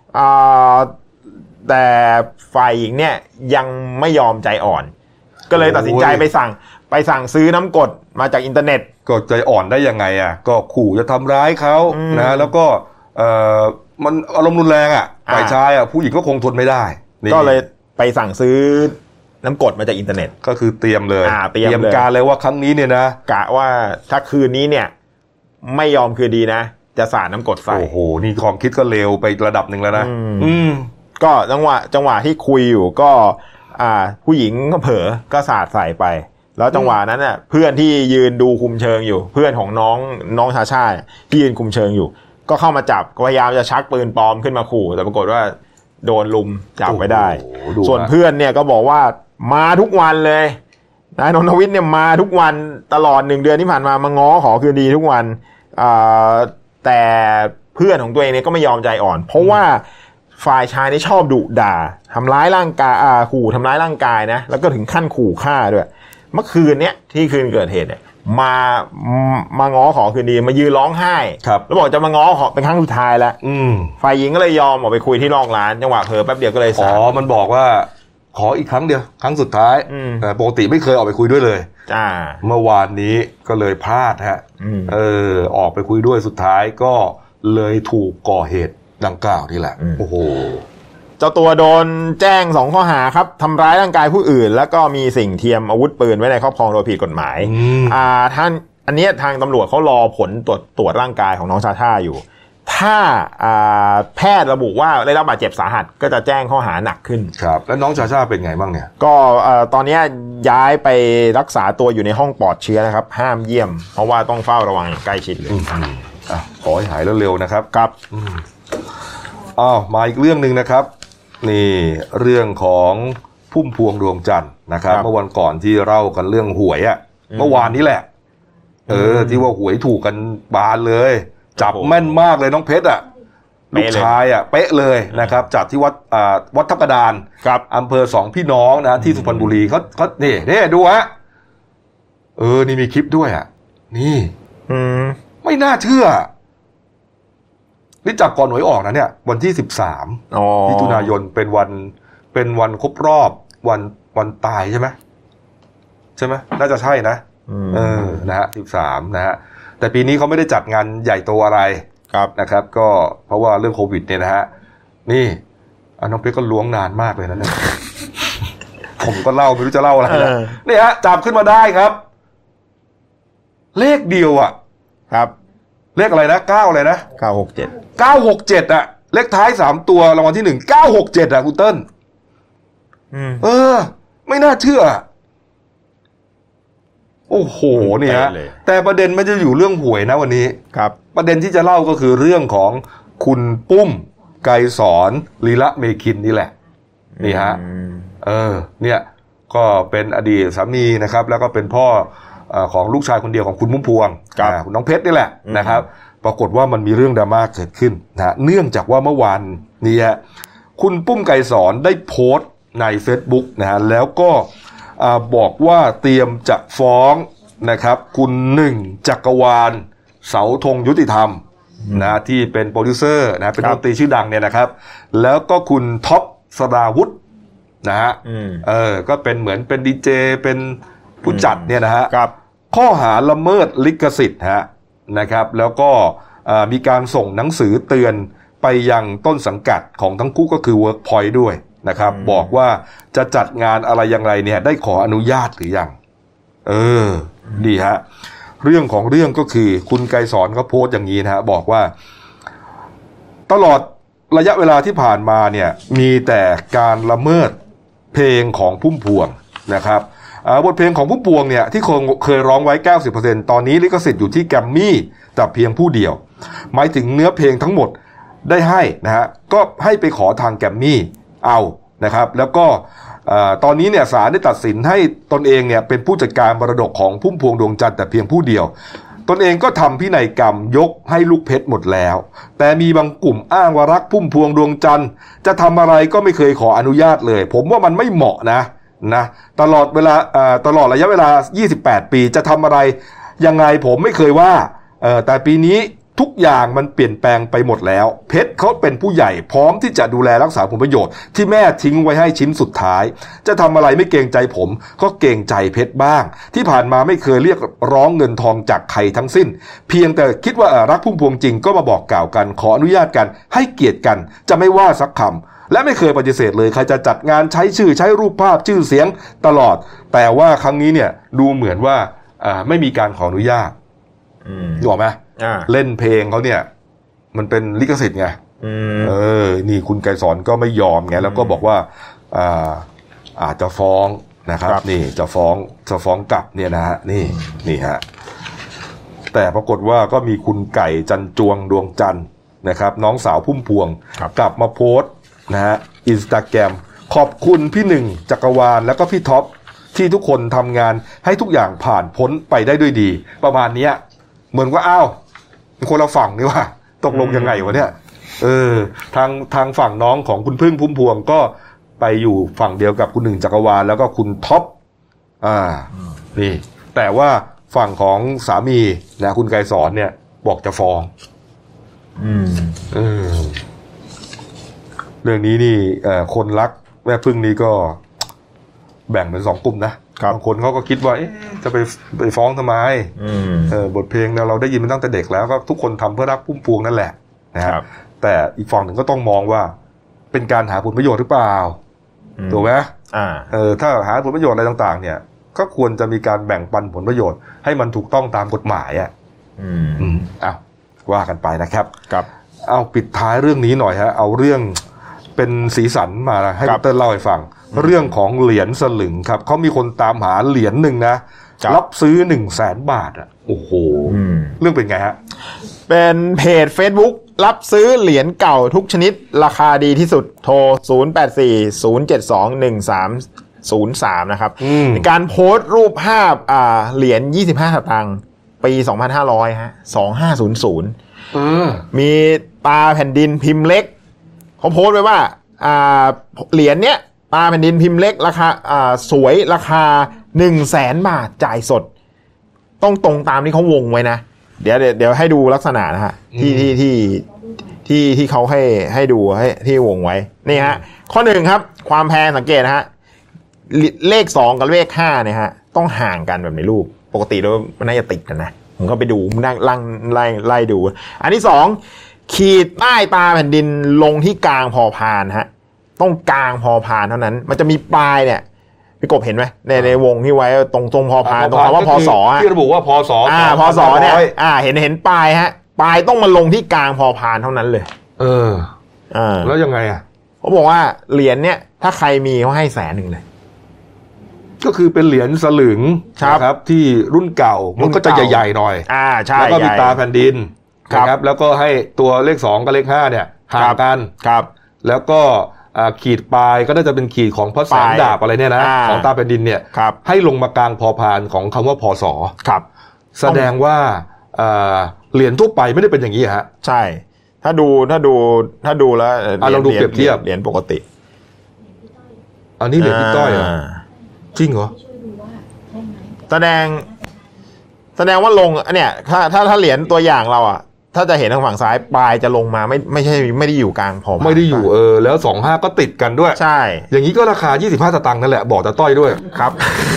แต่ฝ่ายหญิงเนี่ยยังไม่ยอมใจอ่อนก็เลยตัดสินใจไปสั่งซื้อน้ำกรดมาจากอินเทอร์เน็ตก็ใจอ่อนได้ยังไงอ่ะก็ขู่จะทำร้ายเขานะแล้วก็มันอารมณ์รุนแรงอ่ะฝ่ายชายอ่ะผู้หญิงก็คงทนไม่ได้ก็เลยไปสั่งซื้อน้ำกรดมาจากอินเทอร์เน็ตก็คือเตรียมเลยเตรียมการเลยว่าครั้งนี้เนี่ยนะกะว่าถ้าคืนนี้เนี่ยไม่ยอมคืนดีนะจะสาดน้ำกรดใส่โอ้โหนี่ความคิดก็เร็วไประดับหนึ่งแล้วนะก็จังหวะที่คุยอยู่ก็ผู้หญิงก็เผลอก็สาดใส่ไปแล้วจังหวะนั้นน่ะเพื่อนที่ยืนดูคุมเชิงอยู่เพื่อนของน้องชาที่ยืนคุมเชิงอยู่ก็เข้ามาจับพยายามจะชักปืนปลอมขึ้นมาขู่แต่ปรากฏว่าโดนลุมจับไว้ได้ส่วนเพื่อนเนี่ยก็บอกว่ามาทุกวันเลยนายนนทวิทย์เนี่ยมาทุกวันตลอด1เดือนที่ผ่านมาง้อขอคืนดีทุกวันแต่เพื่อนของตัวเองเนี่ยก็ไม่ยอมใจอ่อนเพราะว่าฝ่ายชายนี่ชอบดุด่าทำร้ายร่างกายขู่ทำร้ายร่างกายนะแล้วก็ถึงขั้นขู่ฆ่าด้วยเมื่อคืนเนี้ยที่คืนเกิดเหตุเนี่ยมาง้อขอคืนดีมายืนร้องไห้แล้วบอกจะมาง้อขอเป็นครั้งสุดท้ายแล้วฝ่ายหญิงก็เลยยอมออกไปคุยที่นอกร้านจังหวะเผลอแป๊บเดียวก็เลยสาดมันบอกว่าขออีกครั้งเดียวครั้งสุดท้ายแต่ปกติไม่เคยออกไปคุยด้วยเลยเมื่อวานนี้ก็เลยพลาดฮะออกไปคุยด้วยสุดท้ายก็เลยถูกก่อเหตุดังกล่าวนี่แหละโอ้โหเจ้าตัวโดนแจ้ง2ข้อหาครับทำร้ายร่างกายผู้อื่นแล้วก็มีสิ่งเทียมอาวุธปืนไว้ในครอบครองโดยผิดกฎหมายอันนี้ทางตำรวจเขารอผลตรวจร่างกายของน้องชาอยู่ถ้าแพทย์ระบุว่าได้รับบาดเจ็บสาหัสก็จะแจ้งข้อหาหนักขึ้นครับแล้วน้องชาเป็นไงบ้างเนี่ยก็ตอนนี้ย้ายไปรักษาตัวอยู่ในห้องปลอดเชื้อนะครับห้ามเยี่ยมเพราะว่าต้องเฝ้าระวังใกล้ชิดเลยขอให้หายเร็วๆนะครับครับมาอีกเรื่องนึงนะครับนี่เรื่องของผพุ่มพวงดวงจันทร์นะครับเมื่อวันก่อนที่เล่ากันเรื่องหวยเมื่อวานนี้แหละที่ว่าหวยถูกกันบานเลยจับแม่นมากเลยน้องเพชรลูกชายเป๊ะเลยนะครับจัดที่วัดทับกระดานอำเภอสองพี่น้องนะที่สุพรรณบุรีเขานี่ดูฮะนี่มีคลิปด้วยนี่ไม่น่าเชื่อนี่จับก่อนหวยออกนะเนี่ยวันที่13มิถุนายนเป็นวันครบรอบวันตายใช่ไหมน่าจะใช่นะนะฮะ13นะฮะแต่ปีนี้เขาไม่ได้จัดงานใหญ่โตอะไรนะครับก็เพราะว่าเรื่องโควิดเนี่ยนะฮะนี่น้องเพชรก็ล้วงนานมากเลยนะเนี่ย ผมก็เล่าไม่รู้จะเล่าอะไรนะนี่ฮะจับขึ้นมาได้ครับเลขเดียวครับเลขอะไรนะ9อะไรนะ967เลขท้าย3ตัวรางวัลที่1 967คุณเติ้ลไม่น่าเชื่อโอ้โหเนี่ยแต่ประเด็นไม่ได้อยู่เรื่องหวยนะวันนี้ครับประเด็นที่จะเล่าก็คือเรื่องของคุณปุ้มไกรสอนลีละเมคินนี่แหละนี่ฮะเนี่ยก็เป็นอดีตสามีนะครับแล้วก็เป็นพ่อของลูกชายคนเดียวของคุณพุ่มพวงคุณน้องเพชรนี่แหละนะครับปรากฏว่ามันมีเรื่องดราม่าเกิดขึ้นนะเนื่องจากว่าเมื่อวานนี้คุณปุ้มไกรสอนได้โพสต์ใน Facebook นะฮะแล้วก็บอกว่าเตรียมจะฟ้องนะครับคุณหนึ่งจักรวาลเสาธงยุติธรรมนะที่เป็นโปรดิวเซอร์นะเป็นดนตรีชื่อดังเนี่ยนะครับแล้วก็คุณท็อปสราวุธนะฮะก็เป็นเหมือนเป็นดีเจเป็นผู้จัดเนี่ยนะฮะข้อหาละเมิดลิขสิทธิ์นะครับแล้วก็มีการส่งหนังสือเตือนไปยังต้นสังกัดของทั้งคู่ก็คือ Workpoint ด้วยนะครับบอกว่าจะจัดงานอะไรอย่างไรเนี่ยได้ขออนุญาตหรือยังดีฮะเรื่องของเรื่องก็คือคุณไกรสอนเขาโพสต์อย่างนี้นะฮะบอกว่าตลอดระยะเวลาที่ผ่านมาเนี่ยมีแต่การละเมิดเพลงของพุ่มพวงนะครับบทเพลงของพุ่มพวงเนี่ยที่เคยร้องไว้ 90% ตอนนี้ลิขสิทธิ์อยู่ที่แกรมมี่แต่เพียงผู้เดียวหมายถึงเนื้อเพลงทั้งหมดได้ให้นะฮะก็ให้ไปขอทางแกรมมี่เอานะครับแล้วก็ตอนนี้เนี่ยศาลได้ตัดสินให้ตนเองเนี่ยเป็นผู้จัดการมรดกของพุ่มพวงดวงจันทร์แต่เพียงผู้เดียวตนเองก็ทำพินัยกรรมยกให้ลูกเพชรหมดแล้วแต่มีบางกลุ่มอ้างว่ารักพุ่มพวงดวงจันทร์จะทำอะไรก็ไม่เคยขออนุญาตเลยผมว่ามันไม่เหมาะนะตลอดระยะเวลา28ปีจะทำอะไรยังไงผมไม่เคยว่าแต่ปีนี้ทุกอย่างมันเปลี่ยนแปลงไปหมดแล้วเพชรเขาเป็นผู้ใหญ่พร้อมที่จะดูแลรักษาผลประโยชน์ที่แม่ทิ้งไว้ให้ชิ้นสุดท้ายจะทำอะไรไม่เกรงใจผมก็เกรงใจเพชรบ้างที่ผ่านมาไม่เคยเรียกร้องเงินทองจากใครทั้งสิ้นเพียงแต่คิดว่ารักพุ่มพวงจริงก็มาบอกกล่าวกันขออนุญาตกันให้เกียรติกันจะไม่ว่าสักคำและไม่เคยปฏิเสธเลยใครจะจัดงานใช้ชื่อใช้รูปภาพชื่อเสียงตลอดแต่ว่าครั้งนี้เนี่ยดูเหมือนว่าไม่มีการขออนุญาตถูกไหมเล่นเพลงเขาเนี่ยมันเป็นลิขสิทธิ์ไงนี่คุณไกรสอนก็ไม่ยอมไงแล้วก็บอกว่าอาจจะฟ้องนะครับนี่จะฟ้องกลับเนี่ยนะฮะนี่ฮะแต่ปรากฏว่าก็มีคุณไก่จันจวงดวงจันทร์นะครับน้องสาวพุ่มพวงกลับมาโพสต์นะฮะ Instagram ขอบคุณพี่หนึ่งจักรวาลแล้วก็พี่ท็อปที่ทุกคนทำงานให้ทุกอย่างผ่านพ้นไปได้ด้วยดีประมาณนี้เหมือนว่าอ้าวคนละฝั่งนี่ว่าตกลงยังไงวะเนี่ยทางฝั่งน้องของคุณพึ่งพุ่มพวงก็ไปอยู่ฝั่งเดียวกับคุณหนึ่งจักรวาลแล้วก็คุณท็อปนี่แต่ว่าฝั่งของสามีนะคุณไกรสอนเนี่ยบอกจะฟ้องเรื่องนี้นี่คนรักแม่พึ่งนี้ก็แบ่งเป็น2กลุ่มนะบางคนเขาก็คิดว่าจะไปฟ้องทำไมบทเพลงเราได้ยินมาตั้งแต่เด็กแล้วก็ทุกคนทำเพื่อรักพุ่มพวงนั่นแหละนะครับแต่อีกฝั่งหนึ่งก็ต้องมองว่าเป็นการหาผลประโยชน์หรือเปล่าถูกไหมถ้าหาผลประโยชน์อะไรต่างๆเนี่ยก็ควรจะมีการแบ่งปันผลประโยชน์ให้มันถูกต้องตามกฎหมายว่ากันไปนะครับเอาปิดท้ายเรื่องนี้หน่อยฮะเอาเรื่องเป็นสีสันมาให้ดร.เล่าให้ฟังเรื่องของเหรียญสลึงครับเขามีคนตามหาเหรียญหนึ่งนะรับซื้อ 100,000 บาทโอ้โหเรื่องเป็นไงฮะเป็นเพจ Facebook รับซื้อเหรียญเก่าทุกชนิดราคาดีที่สุดโทร08407213 2503นะครับในการโพสต์รูปภาพเหรียญ25 สตางค์ปี 2500 ฮะ 2500มีตาแผ่นดินพิมพ์เล็กเขาโพสต์ไว้ว่าเหรียญเนี้ยตาแผ่นดินพิมพ์เล็กราคาสวยราคา 100,000 บาทจ่ายสดต้องตรงตามที่เขาวงไว้นะเดี๋ยวให้ดูลักษณะนะฮะที่เขาให้ดูให้ที่วงไว้นี่ฮะข้อ1ครับความแพงสังเกตนะฮะเลข2กับเลข5เนี่ยฮะต้องห่างกันแบบในรูปปกติแล้วมันน่าจะติดกันนะผมก็ไปดูนั่งไล่ดูอันที่2ขีดใต้ตาแผ่นดินลงที่กลางพอพานฮะต้องกลางพอพานเท่านั้นมันจะมีปลายเนี่ยพี่กบเห็นไหมในวงที่ไว้ตรงพอพานตรงคำว่าพศที่ระบุว่าพศพศเนี่ยเห็นปลายฮะปลายต้องมาลงที่กลางพอพานเท่านั้นเลยแล้วยังไงอ่ะเขาบอกว่าเหรียญเนี่ยถ้าใครมีเขาให้100,000เลยก็คือเป็นเหรียญสลึงนะครับที่รุ่นเก่ามันก็จะใหญ่ๆหน่อยใช่แล้วก็มีตาแผ่นดินนะครับแล้วก็ให้ตัวเลข2กับเลข5เนี่ยห่างกันครับแล้วก็ขีดปลายก็น่าจะเป็นขีดของพระแสงดาบอะไรเนี่ยนะของตาแผ่นดินเนี่ยให้ลงมากลางพอพานของคำว่าพศครับแสดงว่าเหรียญทั่วไปไม่ได้เป็นอย่างนี้ฮะใช่ถ้าดูแล้วเราดูเปรียบเทียบเหรียญปกติอันนี้เหรียญพี่ต้อยจริงเหรอแสดงว่าลงเนี่ยถ้าเหรียญตัวอย่างเราอ่ะถ้าจะเห็นทางฝั่งซ้ายปลายจะลงมาไม่ได้อยู่กลางพอไม่ได้อยู่แล้ว25ก็ติดกันด้วยใช่อย่างนี้ก็ราคา25 สตางค์นั่นแหละบอกตาต้อยด้วยครับ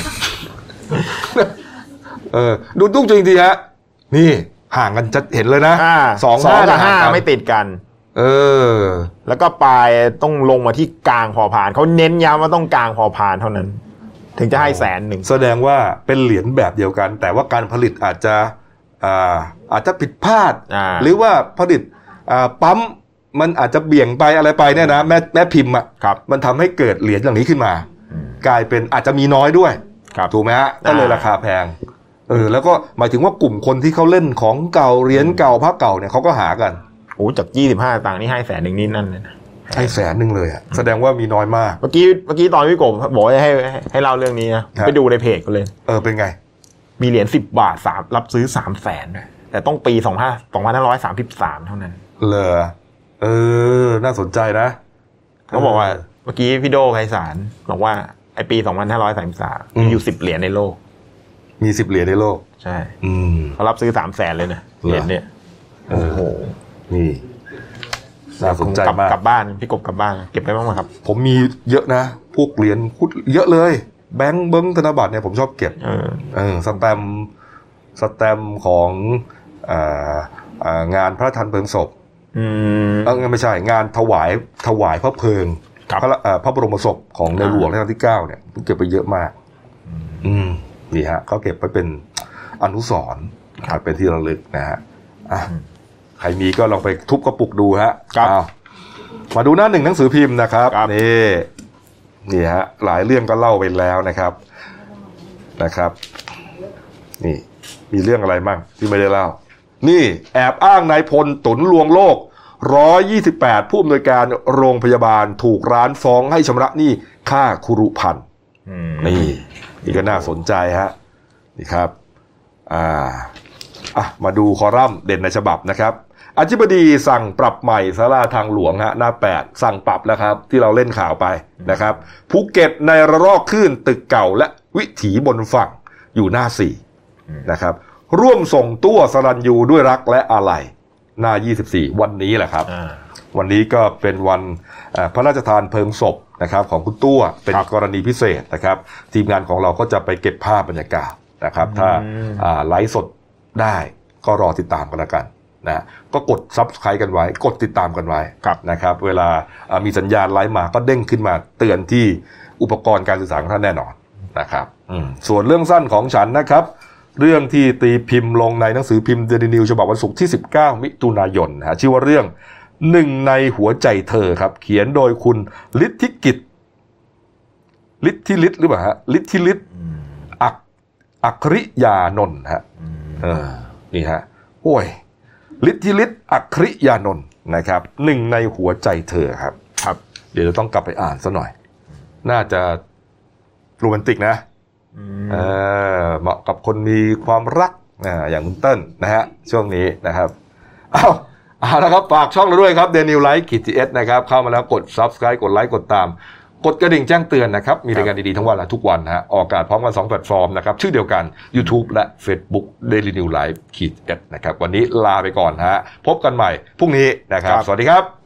ดูตุ้งจริงทีฮะนี่ห่างกันจะเห็นเลยนะ 2 กับ 5ไม่ติดกันแล้วก็ปลายต้องลงมาที่กลางพอพานเขาเน้นย้ำว่าต้องกลางพอพานเท่านั้นถึงจะให้100,000 แสดงว่าเป็นเหรียญแบบเดียวกันแต่ว่าการผลิตอาจจะผิดพลาดหรือว่าผลิตปั๊มมันอาจจะเบี่ยงไปอะไรไปเนี่ยนะแม่พิมพ์มันทำให้เกิดเหรียญอย่างนี้ขึ้นมากลายเป็นอาจจะมีน้อยด้วยถูกไหมฮะก็เลยราคาแพงแล้วก็หมายถึงว่ากลุ่มคนที่เขาเล่นของเก่าเหรียญเก่าพระเก่าเนี่ยเขาก็หากันจาก25 ต่างนี่ให้100,000นี่นั่นเลยนะให้100,000เลยอ่ะแสดงว่ามีน้อยมากเมื่อกี้ตอนพี่กบบอกให้เล่าเรื่องนี้นะไปดูในเพจกันเลยเป็นไงมีเหรียญ10 บาทรับซื้อ300,000ด้วยแต่ต้องปี2533เท่านั้นน่าสนใจนะเขาบอกว่าเมื่อกี้พี่โดไพศาลบอกว่าไอปี2533มีอยู่10 เหรียญในโลกมี10 เหรียญในโลกใช่เขารับซื้อ300,000เลยนะเหรียญเนี่ยโอ้โหนี่น่าสนใจมากกลับบ้านพี่กบกลับบ้านเก็บไปบ้างไหมครับผมมีเยอะนะพวกเหรียญเยอะเลยแบงค์เบิ้งธนบัตรเนี่ยผมชอบเก็บสแตมป์ของงานพระราชทานเพลิงศพไม่ใช่งานถวายพระเพลิงพระบรมศพของในหลวงรัชกาลที่9เนี่ยเก็บไปเยอะมากนี่ฮะเขาเก็บไปเป็นอนุสรณ์เป็นที่ระลึกนะฮะใครมีก็ลองไปทุบกระปุกดูฮะมาดูหน้า1หนังสือพิมพ์นะครับนี่ฮะหลายเรื่องก็เล่าไปแล้วนะครับนี่มีเรื่องอะไรบ้างที่ไม่ได้เล่านี่แอบอ้างนายพลตุนลวงโลก128ผู้อำนวยการโรงพยาบาลถูกร้านฟ้องให้ชำระหนี้ค่าคุรุพันธ์นี่ก็น่าสนใจฮะนี่ครับมาดูคอลัมน์เด่นในฉบับนะครับอธิบดีสั่งปรับใหม่ศาลาทางหลวงฮะหน้า8สั่งปรับแล้วครับที่เราเล่นข่าวไปนะครับภูเก็ตในระลอกคลื่นตึกเก่าและวิถีบนฝั่งอยู่หน้า4นะครับร่วมส่งตัวสรัญยูด้วยรักและอาลัยหน้า24วันนี้แหละครับวันนี้ก็เป็นวันพระราชทานเพลิงศพนะครับของคุณตัวเป็นกรณีพิเศษนะครับทีมงานของเราก็จะไปเก็บภาพบรรยากาศนะครับถ้าไลฟ์สดได้ก็รอติดตามกันแล้วกันนะก็กด Subscribe กันไว้กดติดตามกันไว้นะครับเวลามีสัญญาณไลฟ์มาก็เด้งขึ้นมาเตือนที่อุปกรณ์การสื่อสารของท่านแน่นอนนะครับส่วนเรื่องสั้นของฉันนะครับเรื่องที่ตีพิมพ์ลงในหนังสือพิมพ์ Daily News ฉบับวันศุกร์ที่19มิถุนายนชื่อว่าเรื่อง1ในหัวใจเธอครับเขียนโดยคุณฤทธิกิจฤทธิฤทธิ์หรือเปล่าฮะฤทธิฤทธิ์อัคริยานนท์ฮะนี่ฮะโอ้ยฤทธิฤทธิ์อัคริยานนท์นะครับ1ในหัวใจเธอครับเดี๋ยวเราต้องกลับไปอ่านซะหน่อยน่าจะโรแมนติกนะเหมาะกับคนมีความรักอย่างคุณเติ้ลนะฮะช่วงนี้นะครับเอาละครับฝากช่องเราด้วยครับ The New Life /TS นะครับเข้ามาแล้วกด Subscribe กดไลค์กดตามกดกระดิ่งแจ้งเตือนนะครับมีรายการดีๆทั้งวันและทุกวันนะฮะออกอากาศพร้อมกัน2แพลตฟอร์มนะครับชื่อเดียวกัน YouTube และ Facebook Daily New Life /TS นะครับวันนี้ลาไปก่อนฮะพบกันใหม่พรุ่งนี้นะครับสวัสดีครับ